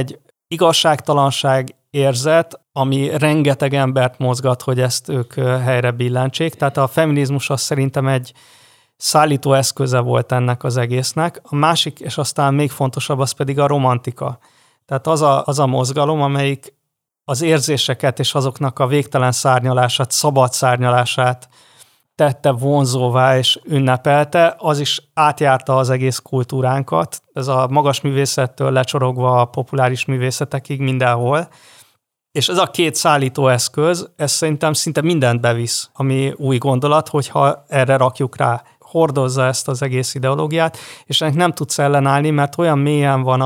igazságtalanság érzet, ami rengeteg embert mozgat, hogy ezt ők helyre billentsék. Tehát a feminizmus az szerintem egy szállító eszköze volt ennek az egésznek. A másik, és aztán még fontosabb, az pedig a romantika. Tehát az a mozgalom, amelyik az érzéseket és azoknak a végtelen szárnyalását, szabad szárnyalását tette vonzóvá és ünnepelte, az is átjárta az egész kultúránkat. Ez a magas művészettől lecsorogva a populáris művészetekig mindenhol. És ez a két szállítóeszköz, ez szerintem szinte mindent bevisz, ami új gondolat, hogyha erre rakjuk rá. Hordozza ezt az egész ideológiát, és ennek nem tudsz ellenállni, mert olyan mélyen van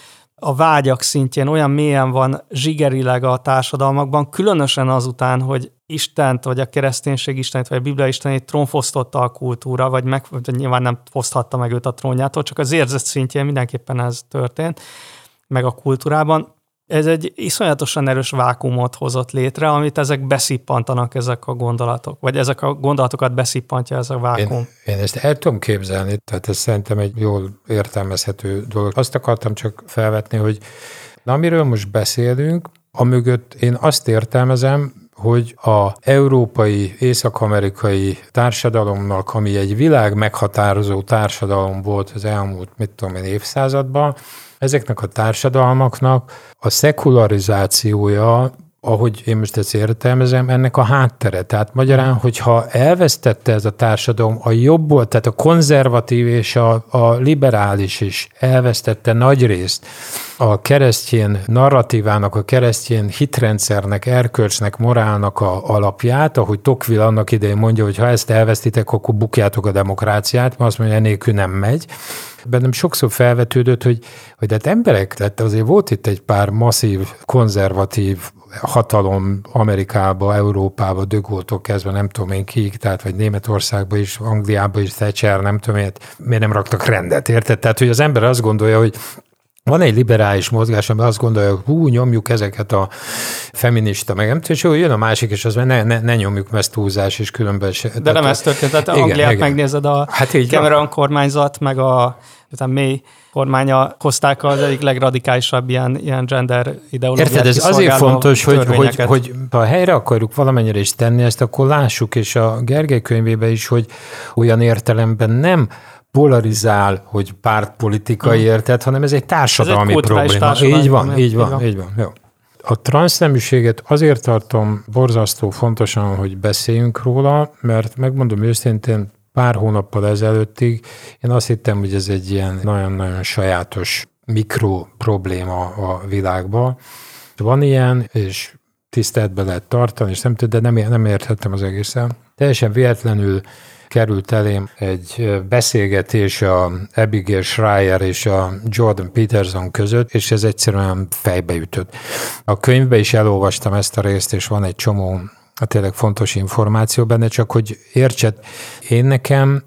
a vágyak szintjén, olyan mélyen van zsigerileg a társadalmakban, különösen azután, hogy Istent, vagy a kereszténység Istenét, vagy a Biblia Istenét trónfosztotta a kultúra, vagy nyilván nem foszthatta meg őt a trónjától, csak az érzet szintjén mindenképpen ez történt, meg a kultúrában. Ez egy iszonyatosan erős vákuumot hozott létre, amit ezek beszippantanak, ezek a gondolatok, vagy ezek a gondolatokat beszippantja ez a vákuum. Én ezt el tudom képzelni, tehát ez szerintem egy jól értelmezhető dolog. Azt akartam csak felvetni, hogy amiről most beszélünk, amögött én azt értelmezem, hogy az európai, észak-amerikai társadalomnak, ami egy világ meghatározó társadalom volt az elmúlt, évszázadban, ezeknek a társadalmaknak a szekularizációja, ahogy én most ezt értelmezem, ennek a háttere. Tehát magyarán, hogyha elvesztette ez a társadalom a jobb, tehát a konzervatív és a liberális is elvesztette nagy részt a keresztény narratívának, a keresztény hitrendszernek, erkölcsnek, morálnak a alapját, ahogy Tocqueville annak idején mondja, hogy ha ezt elvesztitek, akkor bukjátok a demokráciát, mert azt mondja, enélkül nem megy. Bennem sokszor felvetődött, hogy hát emberek, tehát azért volt itt egy pár masszív, konzervatív hatalom Amerikába, Európába, De Gaulle-tól kezdve, nem tudom én kiig, tehát vagy Németországba is, Angliába is, Thatcher, nem tudom én, miért nem raktak rendet, érted? Tehát, hogy az ember azt gondolja, hogy van egy liberális mozgás, ami azt gondolja, hogy nyomjuk ezeket a feminista, meg nem tudom, és jön a másik, és az ne nyomjuk, mert ez túlzás, és különben se. De nem ez történt, tehát Angliát megnézed, a Cameron kormányzat, meg a May kormánya hozták az egyik legradikálisabb ilyen gender ideológiát. Érted, ez azért fontos, hogy ha helyre akarjuk valamennyire is tenni ezt, akkor lássuk, és a Gergely könyvében is, hogy olyan értelemben nem polarizál, hogy pártpolitikai érted, hanem ez egy társadalmi probléma. Így van. Jó. A transzneműséget azért tartom borzasztó fontosan, hogy beszéljünk róla, mert megmondom őszintén, pár hónappal ezelőttig én azt hittem, hogy ez egy ilyen nagyon-nagyon sajátos mikro probléma a világban. Van ilyen, és tiszteletbe lehet tartani, és de nem érthettem az egészen. Teljesen véletlenül került elém egy beszélgetés a Abigail Shrier és a Jordan Peterson között, és ez egyszerűen fejbe ütött. A könyvben is elolvastam ezt a részt, és van egy csomó tényleg fontos információ benne, csak hogy értsed, én nekem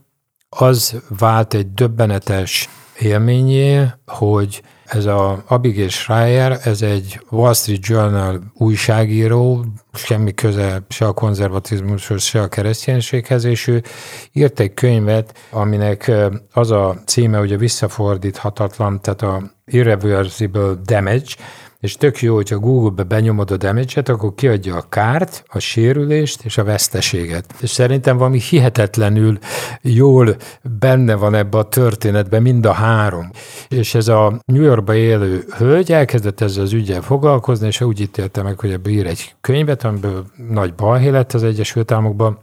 az vált egy döbbenetes élményé, hogy ez a Abigail Shrier, ez egy Wall Street Journal újságíró, semmi köze se a konzervatizmushoz, se a kereszténységhez, és ő írt egy könyvet, aminek az a címe, hogy a visszafordíthatatlan, tehát a Irreversible Damage, és tök jó, hogyha Google-be benyomod a damage-et, akkor kiadja a kárt, a sérülést és a veszteséget. És szerintem valami hihetetlenül jól benne van ebbe a történetben mind a három. És ez a New Yorkba élő hölgy elkezdett ezzel az üggyel foglalkozni, és úgy ítélte meg, hogy ebből ír egy könyvet, amiből nagy balhé lett az Egyesült Államokban.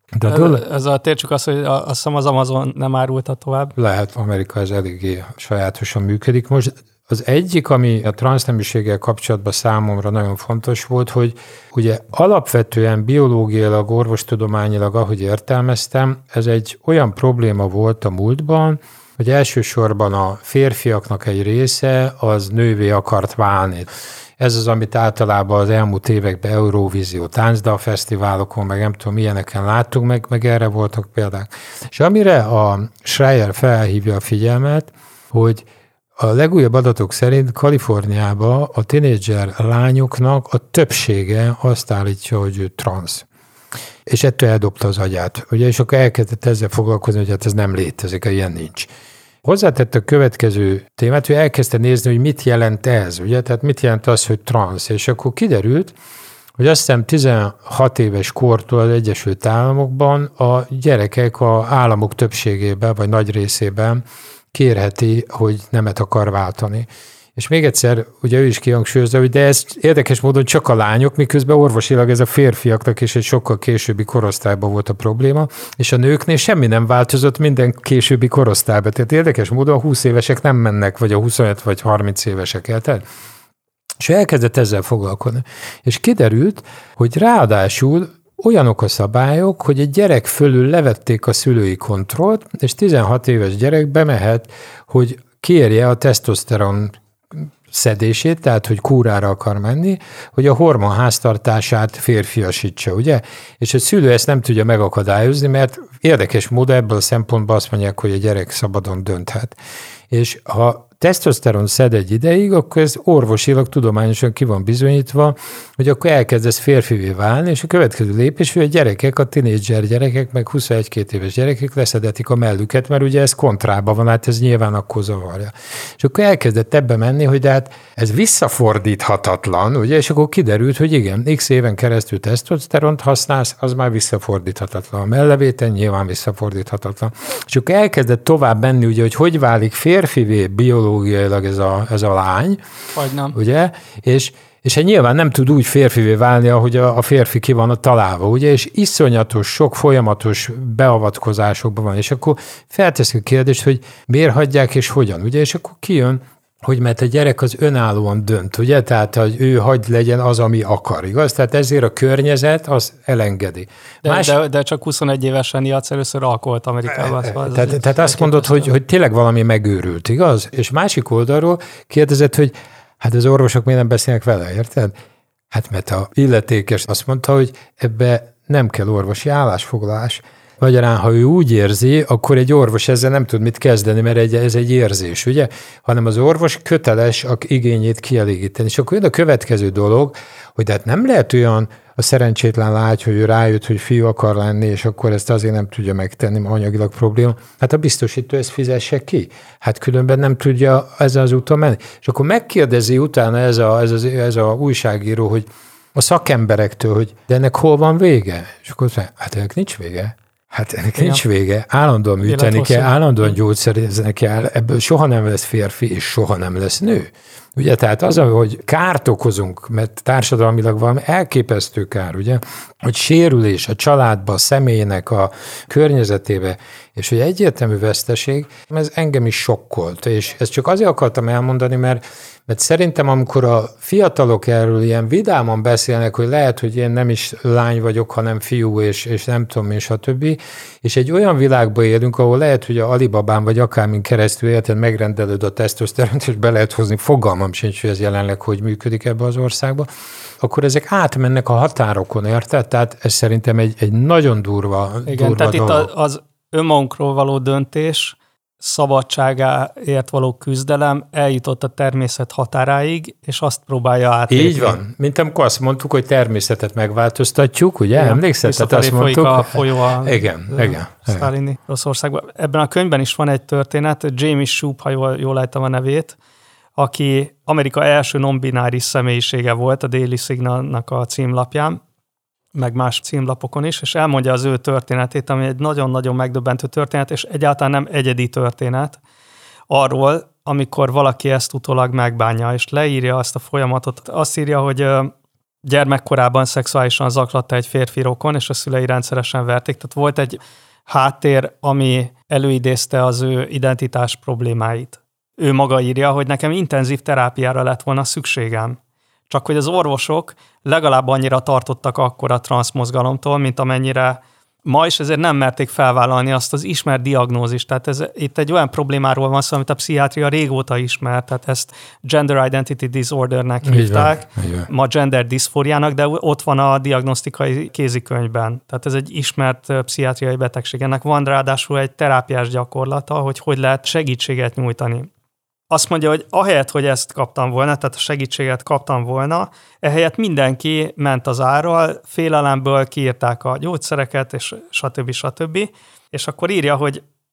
Ez tértsük azt, hogy azt hiszem az Amazon nem árulta tovább. Lehet, Amerika ez eléggé sajátosan működik. Most az egyik, ami a transzneműséggel kapcsolatban számomra nagyon fontos volt, hogy ugye alapvetően biológiailag, orvostudományilag, ahogy értelmeztem, ez egy olyan probléma volt a múltban, hogy elsősorban a férfiaknak egy része az nővé akart válni. Ez az, amit általában az elmúlt években Eurovízió táncdalfesztiválokon, meg nem tudom, ilyeneken láttunk, meg erre voltak példák. És amire a Shrier felhívja a figyelmet, hogy a legújabb adatok szerint Kaliforniában a tinédzser lányoknak a többsége azt állítja, hogy ő transz. És ettől eldobta az agyát. Ugye, és akkor elkezdett ezzel foglalkozni, hogy hát ez nem létezik, ilyen nincs. hozzátett a következő témát, hogy elkezdte nézni, hogy mit jelent ez, ugye? Tehát mit jelent az, hogy transz, és akkor kiderült, hogy azt hiszem 16 éves kortól az Egyesült Államokban a gyerekek az államok többségében, vagy nagy részében kérheti, hogy nemet akar váltani. És még egyszer, ugye ő is kihangsúlyozza, hogy de ez érdekes módon csak a lányok, miközben orvosilag ez a férfiaknak is egy sokkal későbbi korosztályban volt a probléma, és a nőknél semmi nem változott minden későbbi korosztályban. Tehát érdekes módon a 20 évesek nem mennek, vagy a 25 vagy 30 évesek el. Tehát, és elkezdett ezzel foglalkozni. És kiderült, hogy ráadásul olyanok a szabályok, hogy egy gyerek fölül levették a szülői kontrollt, és 16 éves gyerek bemehet, hogy kérje a tesztoszteron szedését, tehát hogy kúrára akar menni, hogy a hormon háztartását férfiasítsa, ugye? És a szülő ezt nem tudja megakadályozni, mert érdekes módon ebből a szempontból azt mondják, hogy a gyerek szabadon dönthet. És ha tesztoszteron szed egy ideig, akkor ez orvosilag, tudományosan ki van bizonyítva, hogy akkor elkezdesz férfivé válni, és a következő lépés, hogy a gyerekek, a tinédzser gyerekek, meg 21-22 éves gyerekek leszedetik a mellüket, mert ugye ez kontrában van, hát ez nyilván akkor zavarja. És akkor elkezdett ebbe menni, hogy de hát ez visszafordíthatatlan, ugye, és akkor kiderült, hogy igen, x éven keresztül tesztoszteront használsz, az már visszafordíthatatlan. A mellevéten nyilván visszafordíthatatlan. És akkor elkezdett tovább menni, ugye, hogy válik férfivé biológiailag ez a lány, vagy nem. Ugye, és hát nyilván nem tud úgy férfivé válni, ahogy a férfi ki van találva, ugye, és iszonyatos, sok folyamatos beavatkozásokban van, és akkor felteszik a kérdést, hogy miért hagyják és hogyan, ugye, és akkor kijön, hogy mert a gyerek az önállóan dönt, ugye, tehát hogy ő hagy legyen az, ami akar, igaz? Tehát ezért a környezet az elengedi. De csak 21 évesen játsz először alkoholt Amerikában. Tehát azt mondod, hogy tényleg valami megőrült, igaz? És másik oldalról kérdezett, hogy hát az orvosok miért nem beszélnek vele, érted? Hát mert a illetékes azt mondta, hogy ebbe nem kell orvosi állásfoglalás. Magyarán, ha ő úgy érzi, akkor egy orvos ezzel nem tud mit kezdeni, mert ez egy érzés, ugye? Hanem az orvos köteles a igényét kielégíteni. És akkor jön a következő dolog, hogy de hát nem lehet olyan a szerencsétlen lány, hogy ő rájött, hogy fiú akar lenni, és akkor ezt azért nem tudja megtenni, mert anyagilag probléma. Hát a biztosító ezt fizesse ki. Hát különben nem tudja ezen az úton menni. És akkor megkérdezi utána ez a újságíró, hogy a szakemberektől, hogy de ennek hol van vége? És akkor azt mondja, hát ennek nincs vége. Hát ennek nincs vége, állandóan műteni kell, állandóan gyógyszerezni kell, ebből soha nem lesz férfi, és soha nem lesz nő. Ugye, tehát az, hogy kárt okozunk, mert társadalmilag valami elképesztő kár, ugye, hogy sérülés a családba, a személynek a környezetébe, és hogy egyértelmű veszteség, ez engem is sokkolt, és ezt csak azért akartam elmondani, mert szerintem, amikor a fiatalok erről ilyen vidáman beszélnek, hogy lehet, hogy én nem is lány vagyok, hanem fiú, és nem tudom, és a többi, és egy olyan világban élünk, ahol lehet, hogy a Alibabán vagy akármin keresztül érted, megrendelőd a tesztoszteront, és be lehet hozni, fogalmam sincs, hogy ez jelenleg hogy működik ebbe az országba, akkor ezek átmennek a határokon, érted? Tehát ez szerintem egy nagyon durva tehát dolog. Itt az önmagunkról való döntés, szabadságáért való küzdelem eljutott a természet határáig, és azt próbálja átlépni. Így van. Mint amikor azt mondtuk, hogy természetet megváltoztatjuk, ugye? Igen. Emlékszel? Tehát azt mondtuk. A folyó igen. Sztálini Oroszországban. Ebben a könyvben is van egy történet, Jamie Shoup, ha jól ejtem a nevét, aki Amerika első non-bináris személyisége volt a Daily Signalnak a címlapján, meg más címlapokon is, és elmondja az ő történetét, ami egy nagyon-nagyon megdöbbentő történet, és egyáltalán nem egyedi történet arról, amikor valaki ezt utólag megbánja, és leírja azt a folyamatot. Azt írja, hogy gyermekkorában szexuálisan zaklatta egy férfi rokon, és a szülei rendszeresen verték. Tehát volt egy háttér, ami előidézte az ő identitás problémáit. Ő maga írja, hogy nekem intenzív terápiára lett volna szükségem. Csak hogy az orvosok legalább annyira tartottak akkor a transzmozgalomtól, mint amennyire ma, is ezért nem merték felvállalni azt az ismert diagnózist. Tehát itt egy olyan problémáról van szó, amit a pszichiátria régóta ismer, tehát ezt gender identity disordernek hívták, ma gender diszfóriának, de ott van a diagnosztikai kézikönyvben. Tehát ez egy ismert pszichiátriai betegség. Ennek van ráadásul egy terápiás gyakorlata, hogy lehet segítséget nyújtani. Azt mondja, hogy ahelyett, hogy ezt kaptam volna, tehát a segítséget kaptam volna, ehelyett mindenki ment az árral, félelemből kiírták a gyógyszereket, és stb. És akkor írja, hogy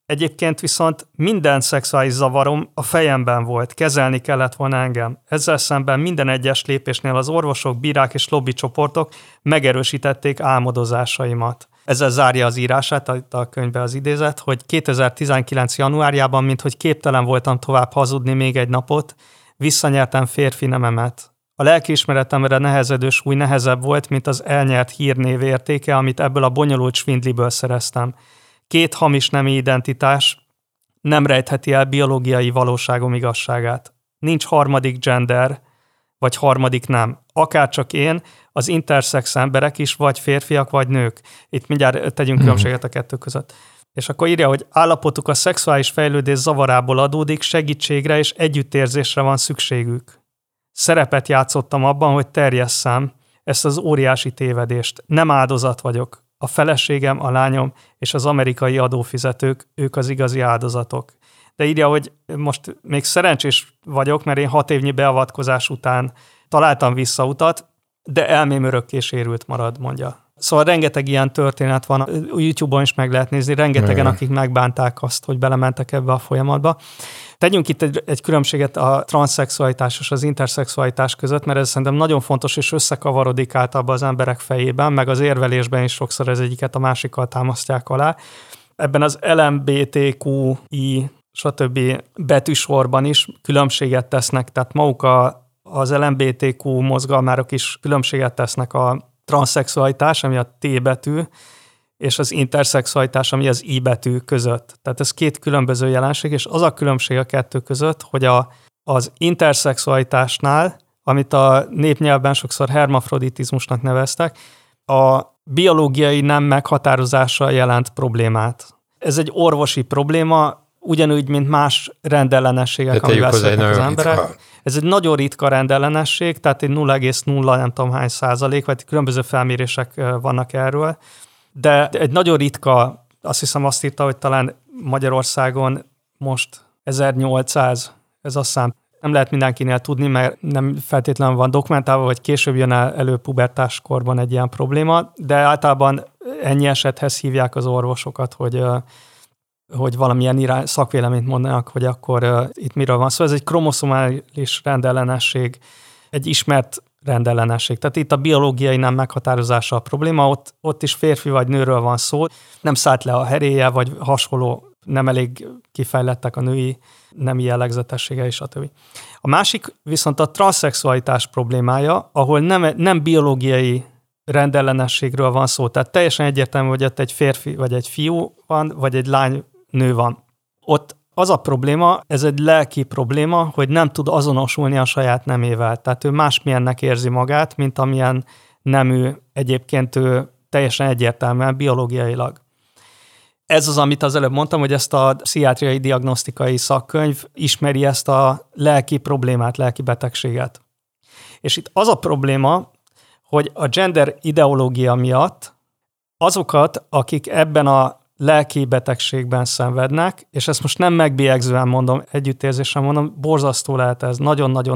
Egyébként viszont minden szexuális zavarom a fejemben volt, kezelni kellett volna engem. Ezzel szemben minden egyes lépésnél az orvosok, bírák és lobbycsoportok megerősítették álmodozásaimat. Ezzel zárja az írását, a könyvbe az idézet, hogy 2019. januárjában, minthogy képtelen voltam tovább hazudni még egy napot, visszanyertem férfi nememet. A lelkiismeretemre nehezedő súly nehezebb volt, mint az elnyert hírnév értéke, amit ebből a bonyolult svindliből szereztem. 2 hamis nemi identitás nem rejtheti el biológiai valóságom igazságát. Nincs harmadik gender, vagy harmadik nem. Akárcsak én, az intersex emberek is, vagy férfiak, vagy nők. Itt mindjárt tegyünk különbséget a kettő között. És akkor írja, hogy állapotuk a szexuális fejlődés zavarából adódik, segítségre és együttérzésre van szükségük. Szerepet játszottam abban, hogy terjesszem ezt az óriási tévedést. Nem áldozat vagyok. A feleségem, a lányom és az amerikai adófizetők, ők az igazi áldozatok. De írja, hogy most még szerencsés vagyok, mert én 6 évnyi beavatkozás után találtam visszautat, de elmém örökké sérült marad, mondja. Szóval rengeteg ilyen történet van, YouTube-on is meg lehet nézni, rengetegen, akik megbánták azt, hogy belementek ebbe a folyamatba. Tegyünk itt egy különbséget a transzszexualitás és az interszexualitás között, mert ez szerintem nagyon fontos, és összekavarodik általában az emberek fejében, meg az érvelésben is sokszor ez egyiket a másikkal támasztják alá. Ebben az LMBTQI, stb. Betűsorban is különbséget tesznek, tehát maguk az LMBTQ mozgalmárok is különbséget tesznek a transzszexualitás, ami a T betű, és az interszexualitás, ami az I betű között. Tehát ez 2 különböző jelenség, és az a különbség a kettő között, hogy az interszexualitásnál, amit a népnyelvben sokszor hermafroditizmusnak neveztek, a biológiai nem meghatározása jelent problémát. Ez egy orvosi probléma, ugyanúgy, mint más rendellenességek, amivel születnek az emberek. Ritka. Ez egy nagyon ritka rendellenesség, tehát egy 0,0 nem tudom hány százalék, vagy különböző felmérések vannak erről, de egy nagyon ritka, azt hiszem azt írta, hogy talán Magyarországon most 1800, ez azt hiszem nem lehet mindenkinél tudni, mert nem feltétlenül van dokumentálva, vagy később jön elő pubertáskorban egy ilyen probléma, de általában ennyi esethez hívják az orvosokat, hogy valamilyen szakvéleményt mondanak, hogy akkor itt miről van szó. Ez egy kromoszomális rendellenesség, egy ismert rendellenesség. Tehát itt a biológiai nem meghatározása a probléma, ott is férfi vagy nőről van szó, nem szállt le a herélye, vagy hasonló, nem elég kifejlettek a női nemi jellegzetessége, és stb. A másik viszont a transzszexualitás problémája, ahol nem biológiai rendellenességről van szó, tehát teljesen egyértelmű, hogy ott egy férfi vagy egy fiú van, vagy egy lány nő van. Ott az a probléma, ez egy lelki probléma, hogy nem tud azonosulni a saját nemével. Tehát ő másmilyennek érzi magát, mint amilyen nemű egyébként ő teljesen egyértelműen biológiailag. Ez az, amit az előbb mondtam, hogy ezt a pszichiátriai diagnosztikai szakkönyv ismeri ezt a lelki problémát, lelki betegséget. És itt az a probléma, hogy a gender ideológia miatt azokat, akik ebben a lelki betegségben szenvednek, és ezt most nem megbélyegzően mondom, együttérzésen mondom, borzasztó lehet ez, nagyon-nagyon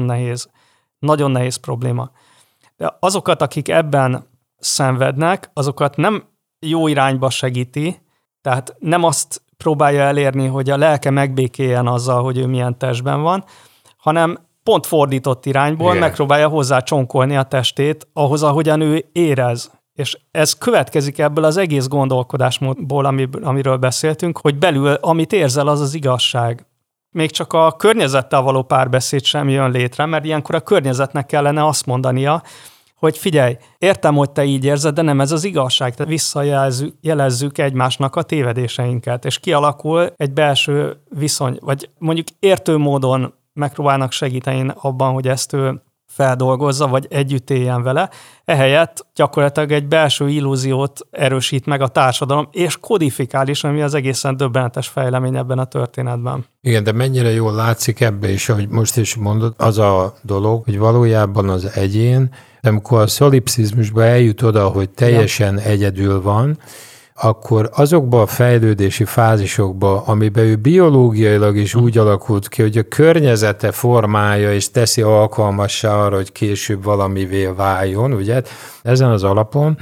nehéz probléma. De azokat, akik ebben szenvednek, azokat nem jó irányba segíti, tehát nem azt próbálja elérni, hogy a lelke megbékéljen azzal, hogy ő milyen testben van, hanem pont fordított irányból megpróbálja hozzá csonkolni a testét ahhoz, ahogyan ő érez. És ez következik ebből az egész gondolkodásmódból, amiről beszéltünk, hogy belül, amit érzel, az az igazság. Még csak a környezettel való párbeszéd sem jön létre, mert ilyenkor a környezetnek kellene azt mondania, hogy figyelj, értem, hogy te így érzed, de nem ez az igazság. Tehát visszajelezzük egymásnak a tévedéseinket, és kialakul egy belső viszony, vagy mondjuk értő módon megpróbálnak segíteni abban, hogy ezt ő feldolgozza, vagy együtt éljen vele. Ehelyett gyakorlatilag egy belső illúziót erősít meg a társadalom, és kodifikál is, ami az egészen döbbenetes fejlemény ebben a történetben. Igen, de mennyire jól látszik ebbe is, ahogy most is mondod, az a dolog, hogy valójában az egyén, amikor a szolipszizmusba eljut oda, hogy teljesen egyedül van, akkor azokban a fejlődési fázisokban, amiben ő biológiailag is úgy alakult ki, hogy a környezete formálja és teszi alkalmassá arra, hogy később valamivé váljon, ugye? Ezen az alapon,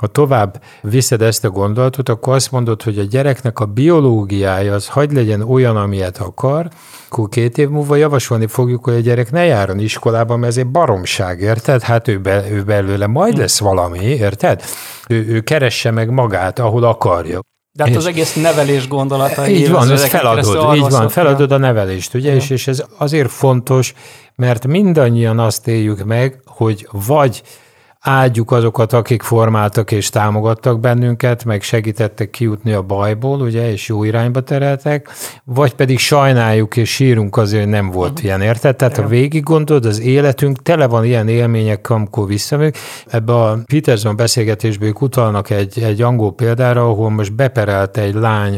ha tovább viszed ezt a gondolatot, akkor azt mondod, hogy a gyereknek a biológiája az hagy legyen olyan, amilyet akar, akkor 2 év múlva javasolni fogjuk, hogy a gyerek ne járjon iskolába, mert ez egy baromság, érted? Hát ő belőle majd lesz valami, érted? Ő keresse meg magát, ahol akarja. De hát az egész nevelés gondolata. Így van, ez feladod a nevelést, ugye? És ez azért fontos, mert mindannyian azt éljük meg, hogy vagy áldjuk azokat, akik formáltak és támogattak bennünket, meg segítettek kijutni a bajból, ugye, és jó irányba tereltek, vagy pedig sajnáljuk és sírunk azért, hogy nem volt ilyen, érted? Tehát ha végig gondolod, az életünk tele van ilyen élményekkel, amikor visszamegyünk. Ebbe a Peterson beszélgetésből utalnak egy angol példára, ahol most beperelte egy lány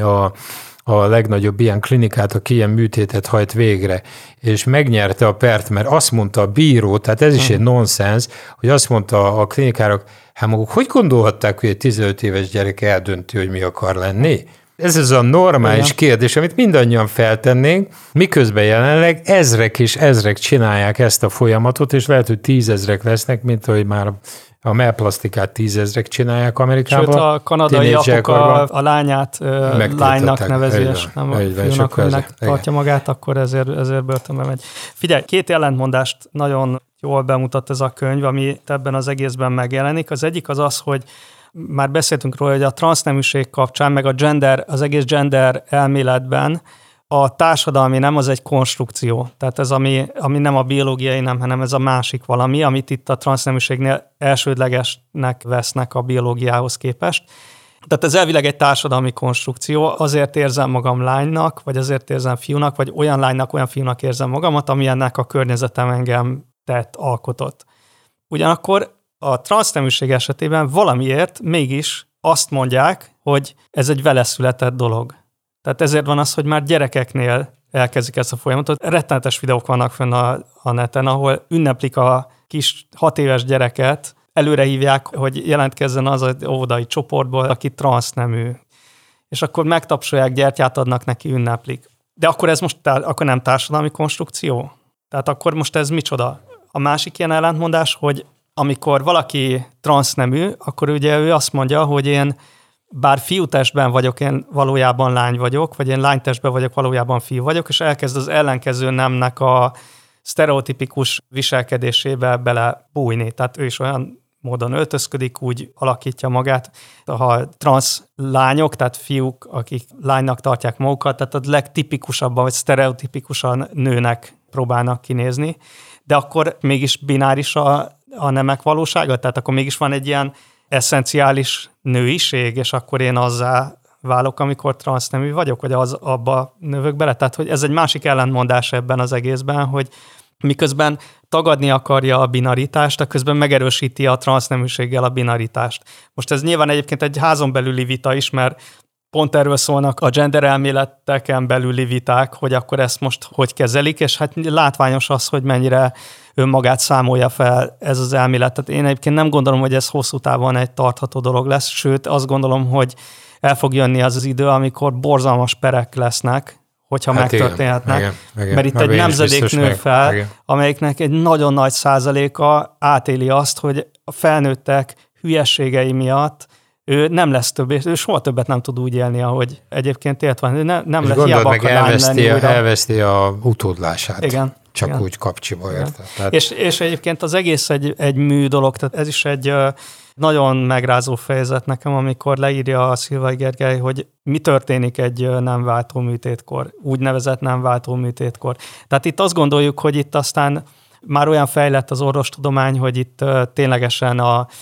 a legnagyobb ilyen klinikát, aki ilyen műtétet hajt végre, és megnyerte a pert, mert azt mondta a bíró, tehát ez is egy nonsens, hogy azt mondta a klinikára, hát maguk hogy gondolhatták, hogy egy 15 éves gyerek eldönti, hogy mi akar lenni? Ez az a normális kérdés, amit mindannyian feltennénk, miközben jelenleg ezrek és ezrek csinálják ezt a folyamatot, és lehet, hogy 10 000 lesznek, mint hogy már a mellplasztikát 10 000 csinálják Amerikában. Sőt, a kanadai apuka a lányát lánynak nevezi, és nem a fiúnak, aminek tartja magát, akkor ezért börtönbe megy. Figyelj, 2 ellentmondást nagyon jól bemutat ez a könyv, ami ebben az egészben megjelenik. Az egyik az, hogy már beszéltünk róla, hogy a transzneműség kapcsán, meg a gender, az egész gender elméletben a társadalmi nem az egy konstrukció. Tehát ez, ami nem a biológiai nem, hanem ez a másik valami, amit itt a transzneműségnél elsődlegesnek vesznek a biológiához képest. Tehát ez elvileg egy társadalmi konstrukció, azért érzem magam lánynak, vagy azért érzem fiúnak, vagy olyan lánynak, olyan fiúnak érzem magamat, amilyennek a környezetem engem alkotott. Ugyanakkor a transzneműség esetében valamiért mégis azt mondják, hogy ez egy veleszületett dolog. Tehát ezért van az, hogy már gyerekeknél elkezdik ezt a folyamatot. Rettenetes videók vannak fönn a neten, ahol ünneplik a kis 6 éves gyereket, előre hívják, hogy jelentkezzen az óvodai csoportból, aki transznemű. És akkor megtapsolják, gyertyát adnak neki, ünneplik. De akkor ez most akkor nem társadalmi konstrukció? Tehát akkor most ez micsoda? A másik ilyen ellentmondás, hogy amikor valaki transznemű, akkor ugye ő azt mondja, hogy én bár fiútestben vagyok, én valójában lány vagyok, vagy én lánytestben vagyok, valójában fiú vagyok, és elkezd az ellenkező nemnek a sztereotipikus viselkedésébe belebújni. Tehát ő is olyan módon öltözködik, úgy alakítja magát. Ha transz lányok, tehát fiúk, akik lánynak tartják magukat, tehát a legtipikusabban, vagy sztereotipikusan nőnek próbálnak kinézni, de akkor mégis bináris a nemek valósága, tehát akkor mégis van egy ilyen esszenciális nőiség, és akkor én azzá válok, amikor transznemű vagyok, vagy abba növök bele. Tehát, hogy ez egy másik ellentmondás ebben az egészben, hogy miközben tagadni akarja a binaritást, de közben megerősíti a transzneműséggel a binaritást. Most ez nyilván egyébként egy házon belüli vita is, mert pont erről szólnak a gender elméleteken belüli viták, hogy akkor ezt most hogy kezelik, és hát látványos az, hogy mennyire önmagát számolja fel ez az elmélet. Tehát én egyébként nem gondolom, hogy ez hosszú távon egy tartható dolog lesz, sőt azt gondolom, hogy el fog jönni az idő, amikor borzalmas perek lesznek, hogyha megtörténhetnek. Igen. Mert itt egy nemzedék nő fel, amelyiknek egy nagyon nagy százaléka átéli azt, hogy a felnőttek hülyességei miatt ő nem lesz többé, ő soha többet nem tud úgy élni, ahogy egyébként élt van. Nem lesz, hiába akar lány lenni újra. Elveszti a utódlását. Igen. Csak úgy kapcsiba, érted? Tehát... És egyébként az egész egy mű dolog, tehát ez is egy nagyon megrázó fejezet nekem, amikor leírja a Szilvai Gergely, hogy mi történik egy nem váltó műtétkor, úgynevezett nem váltó műtétkor. Tehát itt azt gondoljuk, hogy itt aztán már olyan fejlett az orvostudomány, hogy itt ténylegesen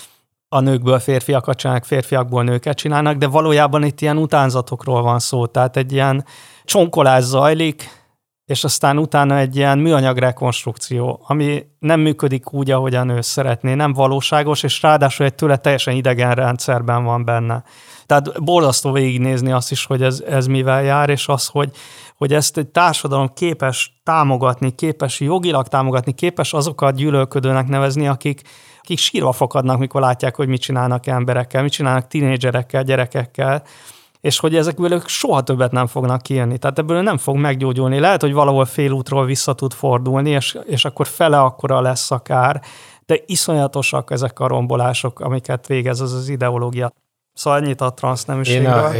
a nőkből férfiakat csinálnak, férfiakból nőket csinálnak, de valójában itt ilyen utánzatokról van szó. Tehát egy ilyen csonkolás zajlik, és aztán utána egy ilyen műanyag rekonstrukció, ami nem működik úgy, ahogy a nő szeretné, nem valóságos, és ráadásul egy tőle teljesen idegen rendszerben van benne. Tehát borzasztó végignézni azt is, hogy ez mivel jár, és az, hogy ezt egy társadalom képes támogatni, képes jogilag támogatni, képes azokat gyűlölködőnek nevezni, akik sírva fakadnak, mikor látják, hogy mit csinálnak emberekkel, mit csinálnak tínédzserekkel, gyerekekkel, és hogy ezekből ők soha többet nem fognak kijönni. Tehát ebből nem fog meggyógyulni. Lehet, hogy valahol félútról vissza tud fordulni, és akkor fele akkora lesz a kár, de iszonyatosak ezek a rombolások, amiket végez az ideológia. Szóval ennyit a transzneműségről.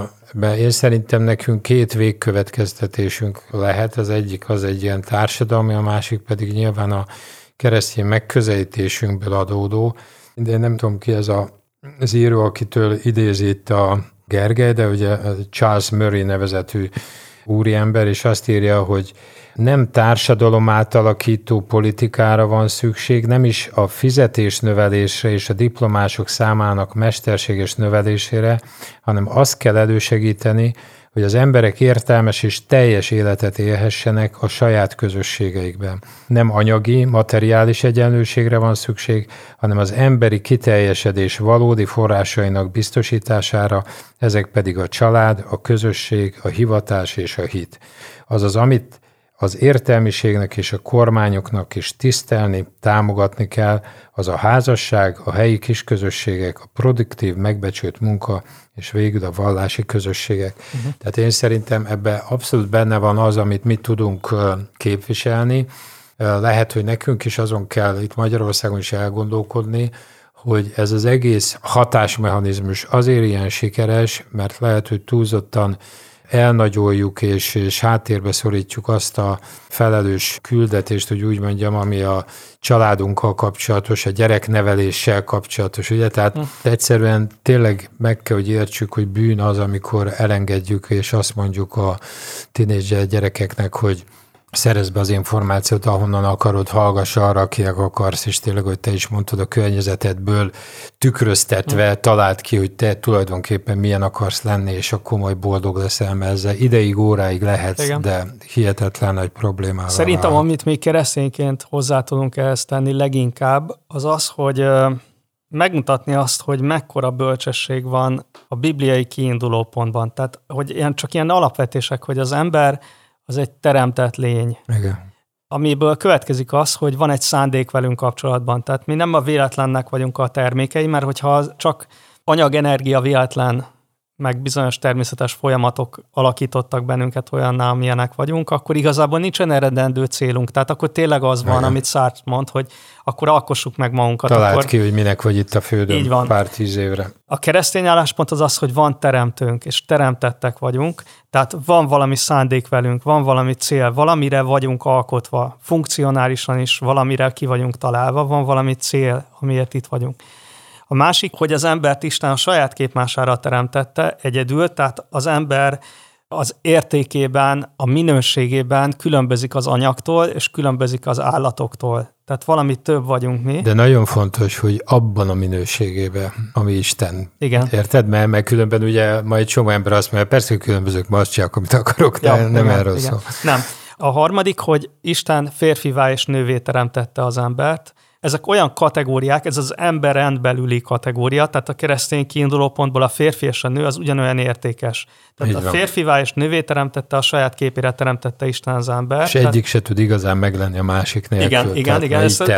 Én szerintem nekünk 2 végkövetkeztetésünk lehet. Az egyik az egy ilyen társadalmi, a másik pedig nyilván a keresztény megközelítésünkből adódó. De én nem tudom ki ez az író, akitől idézi itt a Gergely, de ugye Charles Murray nevezetű úriember, és azt írja, hogy nem társadalom átalakító politikára van szükség, nem is a fizetésnövelésre és a diplomások számának mesterséges növelésére, hanem azt kell elősegíteni, hogy az emberek értelmes és teljes életet élhessenek a saját közösségeikben. Nem anyagi, materiális egyenlőségre van szükség, hanem az emberi kiteljesedés valódi forrásainak biztosítására, ezek pedig a család, a közösség, a hivatás és a hit. Azaz, amit az értelmiségnek és a kormányoknak is tisztelni, támogatni kell, az a házasság, a helyi kisközösségek, a produktív, megbecsült munka, és végül a vallási közösségek. Tehát én szerintem ebben abszolút benne van az, amit mi tudunk képviselni. Lehet, hogy nekünk is azon kell itt Magyarországon is elgondolkodni, hogy ez az egész hatásmechanizmus azért ilyen sikeres, mert lehet, hogy túlzottan elnagyoljuk és háttérbe szorítjuk azt a felelős küldetést, hogy úgy mondjam, ami a családunkkal kapcsolatos, a gyerekneveléssel kapcsolatos, ugye? Tehát egyszerűen tényleg meg kell, hogy értsük, hogy bűn az, amikor elengedjük, és azt mondjuk a tínédzser gyerekeknek, hogy szerezd be az információt, ahonnan akarod, hallgass arra, akinek akarsz, és tényleg, hogy te is mondtad, a környezetedből tükröztetve találd ki, hogy te tulajdonképpen milyen akarsz lenni, és akkor majd boldog leszel, mert ezzel ideig, óráig lehetsz, igen, de hihetetlen nagy problémával. Szerintem, amit mi keresztényként hozzá tudunk ehhez tenni leginkább, az az, hogy megmutatni azt, hogy mekkora bölcsesség van a bibliai kiinduló pontban. Tehát, hogy csak ilyen alapvetések, hogy az ember az egy teremtett lény. Igen. Amiből következik az, hogy van egy szándék velünk kapcsolatban. Tehát mi nem a véletlennek vagyunk a termékei, mert hogyha csak anyagenergia véletlen, meg bizonyos természetes folyamatok alakítottak bennünket olyanná, amilyenek vagyunk, akkor igazából nincsen eredendő célunk. Tehát akkor tényleg az van, amit Sartre mond, hogy akkor alkossuk meg magunkat. Találd akkor... ki, hogy minek vagy itt a földön pár 10 évre. A keresztény álláspont az az, hogy van teremtőnk, és teremtettek vagyunk, tehát van valami szándék velünk, van valami cél, valamire vagyunk alkotva, funkcionálisan is valamire ki vagyunk találva, van valami cél, amiért itt vagyunk. A másik, hogy az embert Isten a saját képmására teremtette egyedül, tehát az ember az értékében, a minőségében különbözik az anyagtól, és különbözik az állatoktól. Tehát valami több vagyunk mi. De nagyon fontos, hogy abban a minőségében, ami Isten. Igen. Érted? Mert különben ugye majd csomó ember azt mondja, persze, hogy különbözők, ma azt csinálok, amit akarok, de nem igen, erről szól. Nem. A harmadik, hogy Isten férfivá és nővé teremtette az embert. Ezek olyan kategóriák, ez az emberen belüli kategória, tehát a keresztény kiinduló pontból a férfi és a nő az ugyanolyan értékes. Tehát a férfivá és nővé teremtette, a saját képére teremtette Isten az embert. És egyik se tud igazán meglenni a másik nélkül. Igen.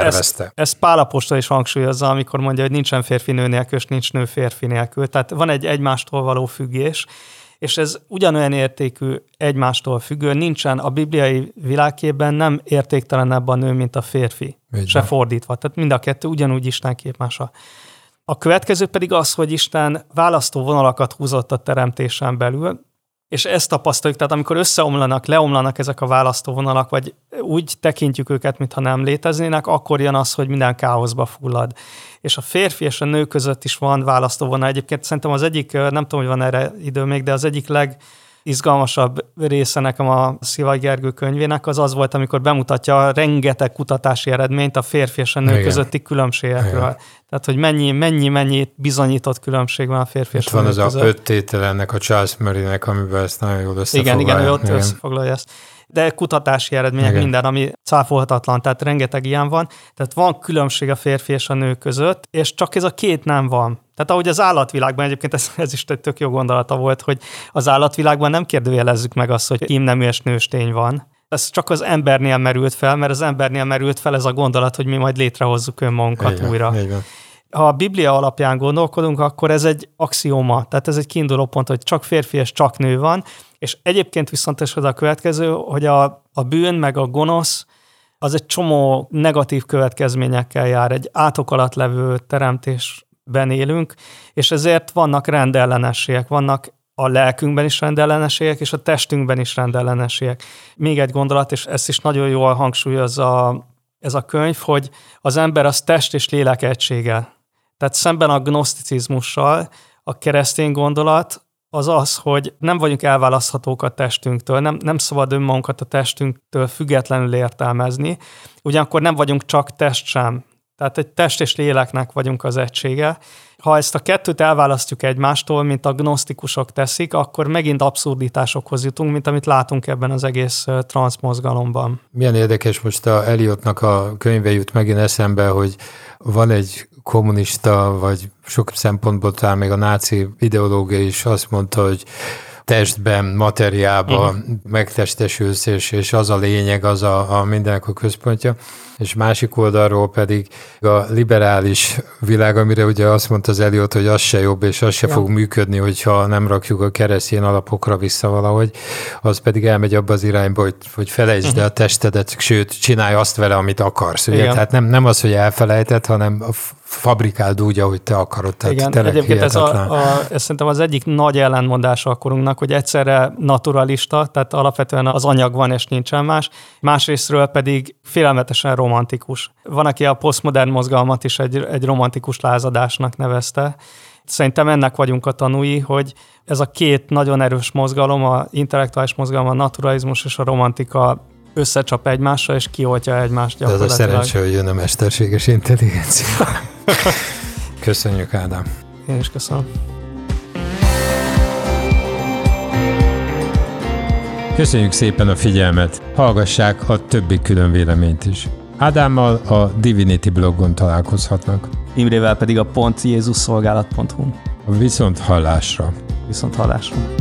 Ezt Pál apostol is hangsúlyozza, amikor mondja, hogy nincsen férfi nő nélkül, és nincs nő férfi nélkül. Tehát van egy egymástól való függés, és ez ugyanolyan értékű, egymástól függő, nincsen a bibliai világképben nem értéktelenebb a nő, mint a férfi. Se fordítva. Tehát mind a kettő ugyanúgy Isten képmása. A következő pedig az, hogy Isten választó vonalakat húzott a teremtésen belül, és ezt tapasztaljuk, tehát amikor összeomlanak, leomlanak ezek a választóvonalak, vagy úgy tekintjük őket, mintha nem léteznének, akkor jön az, hogy minden káoszba fullad. És a férfi és a nő között is van választóvonal. Egyébként szerintem az egyik, nem tudom, hogy van erre idő még, de az egyik legizgalmasabb része nekem a Szivai Gergő könyvének az volt, amikor bemutatja rengeteg kutatási eredményt a férfi és a nő közötti különbségekről. Igen. Tehát, hogy mennyi bizonyított különbség van a férfi és a nő között. Van az a 5 tétel ennek a Charles Murraynek, amiben ezt nagyon jól összefoglalja. Igen, ő ott összefoglalja ezt. De kutatási eredmények, minden, ami cáfolhatatlan, tehát rengeteg ilyen van. Tehát van különbség a férfi és a nő között, és csak ez a két nem van. Tehát ahogy az állatvilágban, egyébként ez is egy tök jó gondolata volt, hogy az állatvilágban nem kérdőjelezzük meg azt, hogy hímnemű és nőstény van. Ez csak az embernél merült fel, mert az embernél merült fel ez a gondolat, hogy mi majd létrehozzuk önmagunkat újra. Ha a Biblia alapján gondolkodunk, akkor ez egy axióma, tehát ez egy kiinduló pont, hogy csak férfi és csak nő van, és egyébként viszont ez a következő, hogy a bűn meg a gonosz az egy csomó negatív következményekkel jár, egy átok alatt levő teremtésben élünk, és ezért vannak rendellenességek, vannak a lelkünkben is rendellenességek, és a testünkben is rendellenességek. Még egy gondolat, és ezt is nagyon jól hangsúlyozza ez a könyv, hogy az ember az test és lélek egysége. Tehát szemben a gnoszticizmussal a keresztény gondolat az, hogy nem vagyunk elválaszthatók a testünktől, nem szabad önmagunkat a testünktől függetlenül értelmezni, ugyanakkor nem vagyunk csak test sem. Tehát egy test és léleknek vagyunk az egysége. Ha ezt a kettőt elválasztjuk egymástól, mint a gnosztikusok teszik, akkor megint abszurditásokhoz jutunk, mint amit látunk ebben az egész transzmozgalomban. Milyen érdekes, most a Eliotnak a könyve jut megint eszembe, hogy van egy kommunista, vagy sok szempontból talán még a náci ideológia is azt mondta, hogy testben, materiában megtestesülsz, és az a lényeg, az a mindenek a központja. És másik oldalról pedig a liberális világ, amire ugye azt mondta az Eliot, hogy az se jobb, és az se fog működni, hogyha nem rakjuk a keresztény alapokra vissza valahogy, az pedig elmegy abba az irányba, hogy felejtsd el a testedet, sőt, csinálj azt vele, amit akarsz. Ugye? Tehát nem az, hogy elfelejted, hanem fabrikáld úgy, ahogy te akarod. Igen, egyébként ez szerintem az egyik nagy ellentmondása a korunknak, hogy egyszerre naturalista, tehát alapvetően az anyag van és nincsen más, másrésztről pedig félelmetesen romantikus. Van, aki a posztmodern mozgalmat is egy romantikus lázadásnak nevezte. Szerintem ennek vagyunk a tanúi, hogy ez a két nagyon erős mozgalom, a intellektuális mozgalom, a naturalizmus és a romantika összecsap egymással, és kioltja egymást gyakorlatilag. De az a szerencsé, hogy jön a mesterséges intelligencia. Köszönjük, Ádám. Én is köszönöm. Köszönjük szépen a figyelmet. Hallgassák a többi külön véleményt is. Ádámmal a Divinity blogon találkozhatnak. Imrével pedig a .jézusszolgálat.hu. Viszont hallásra. Viszont hallásra.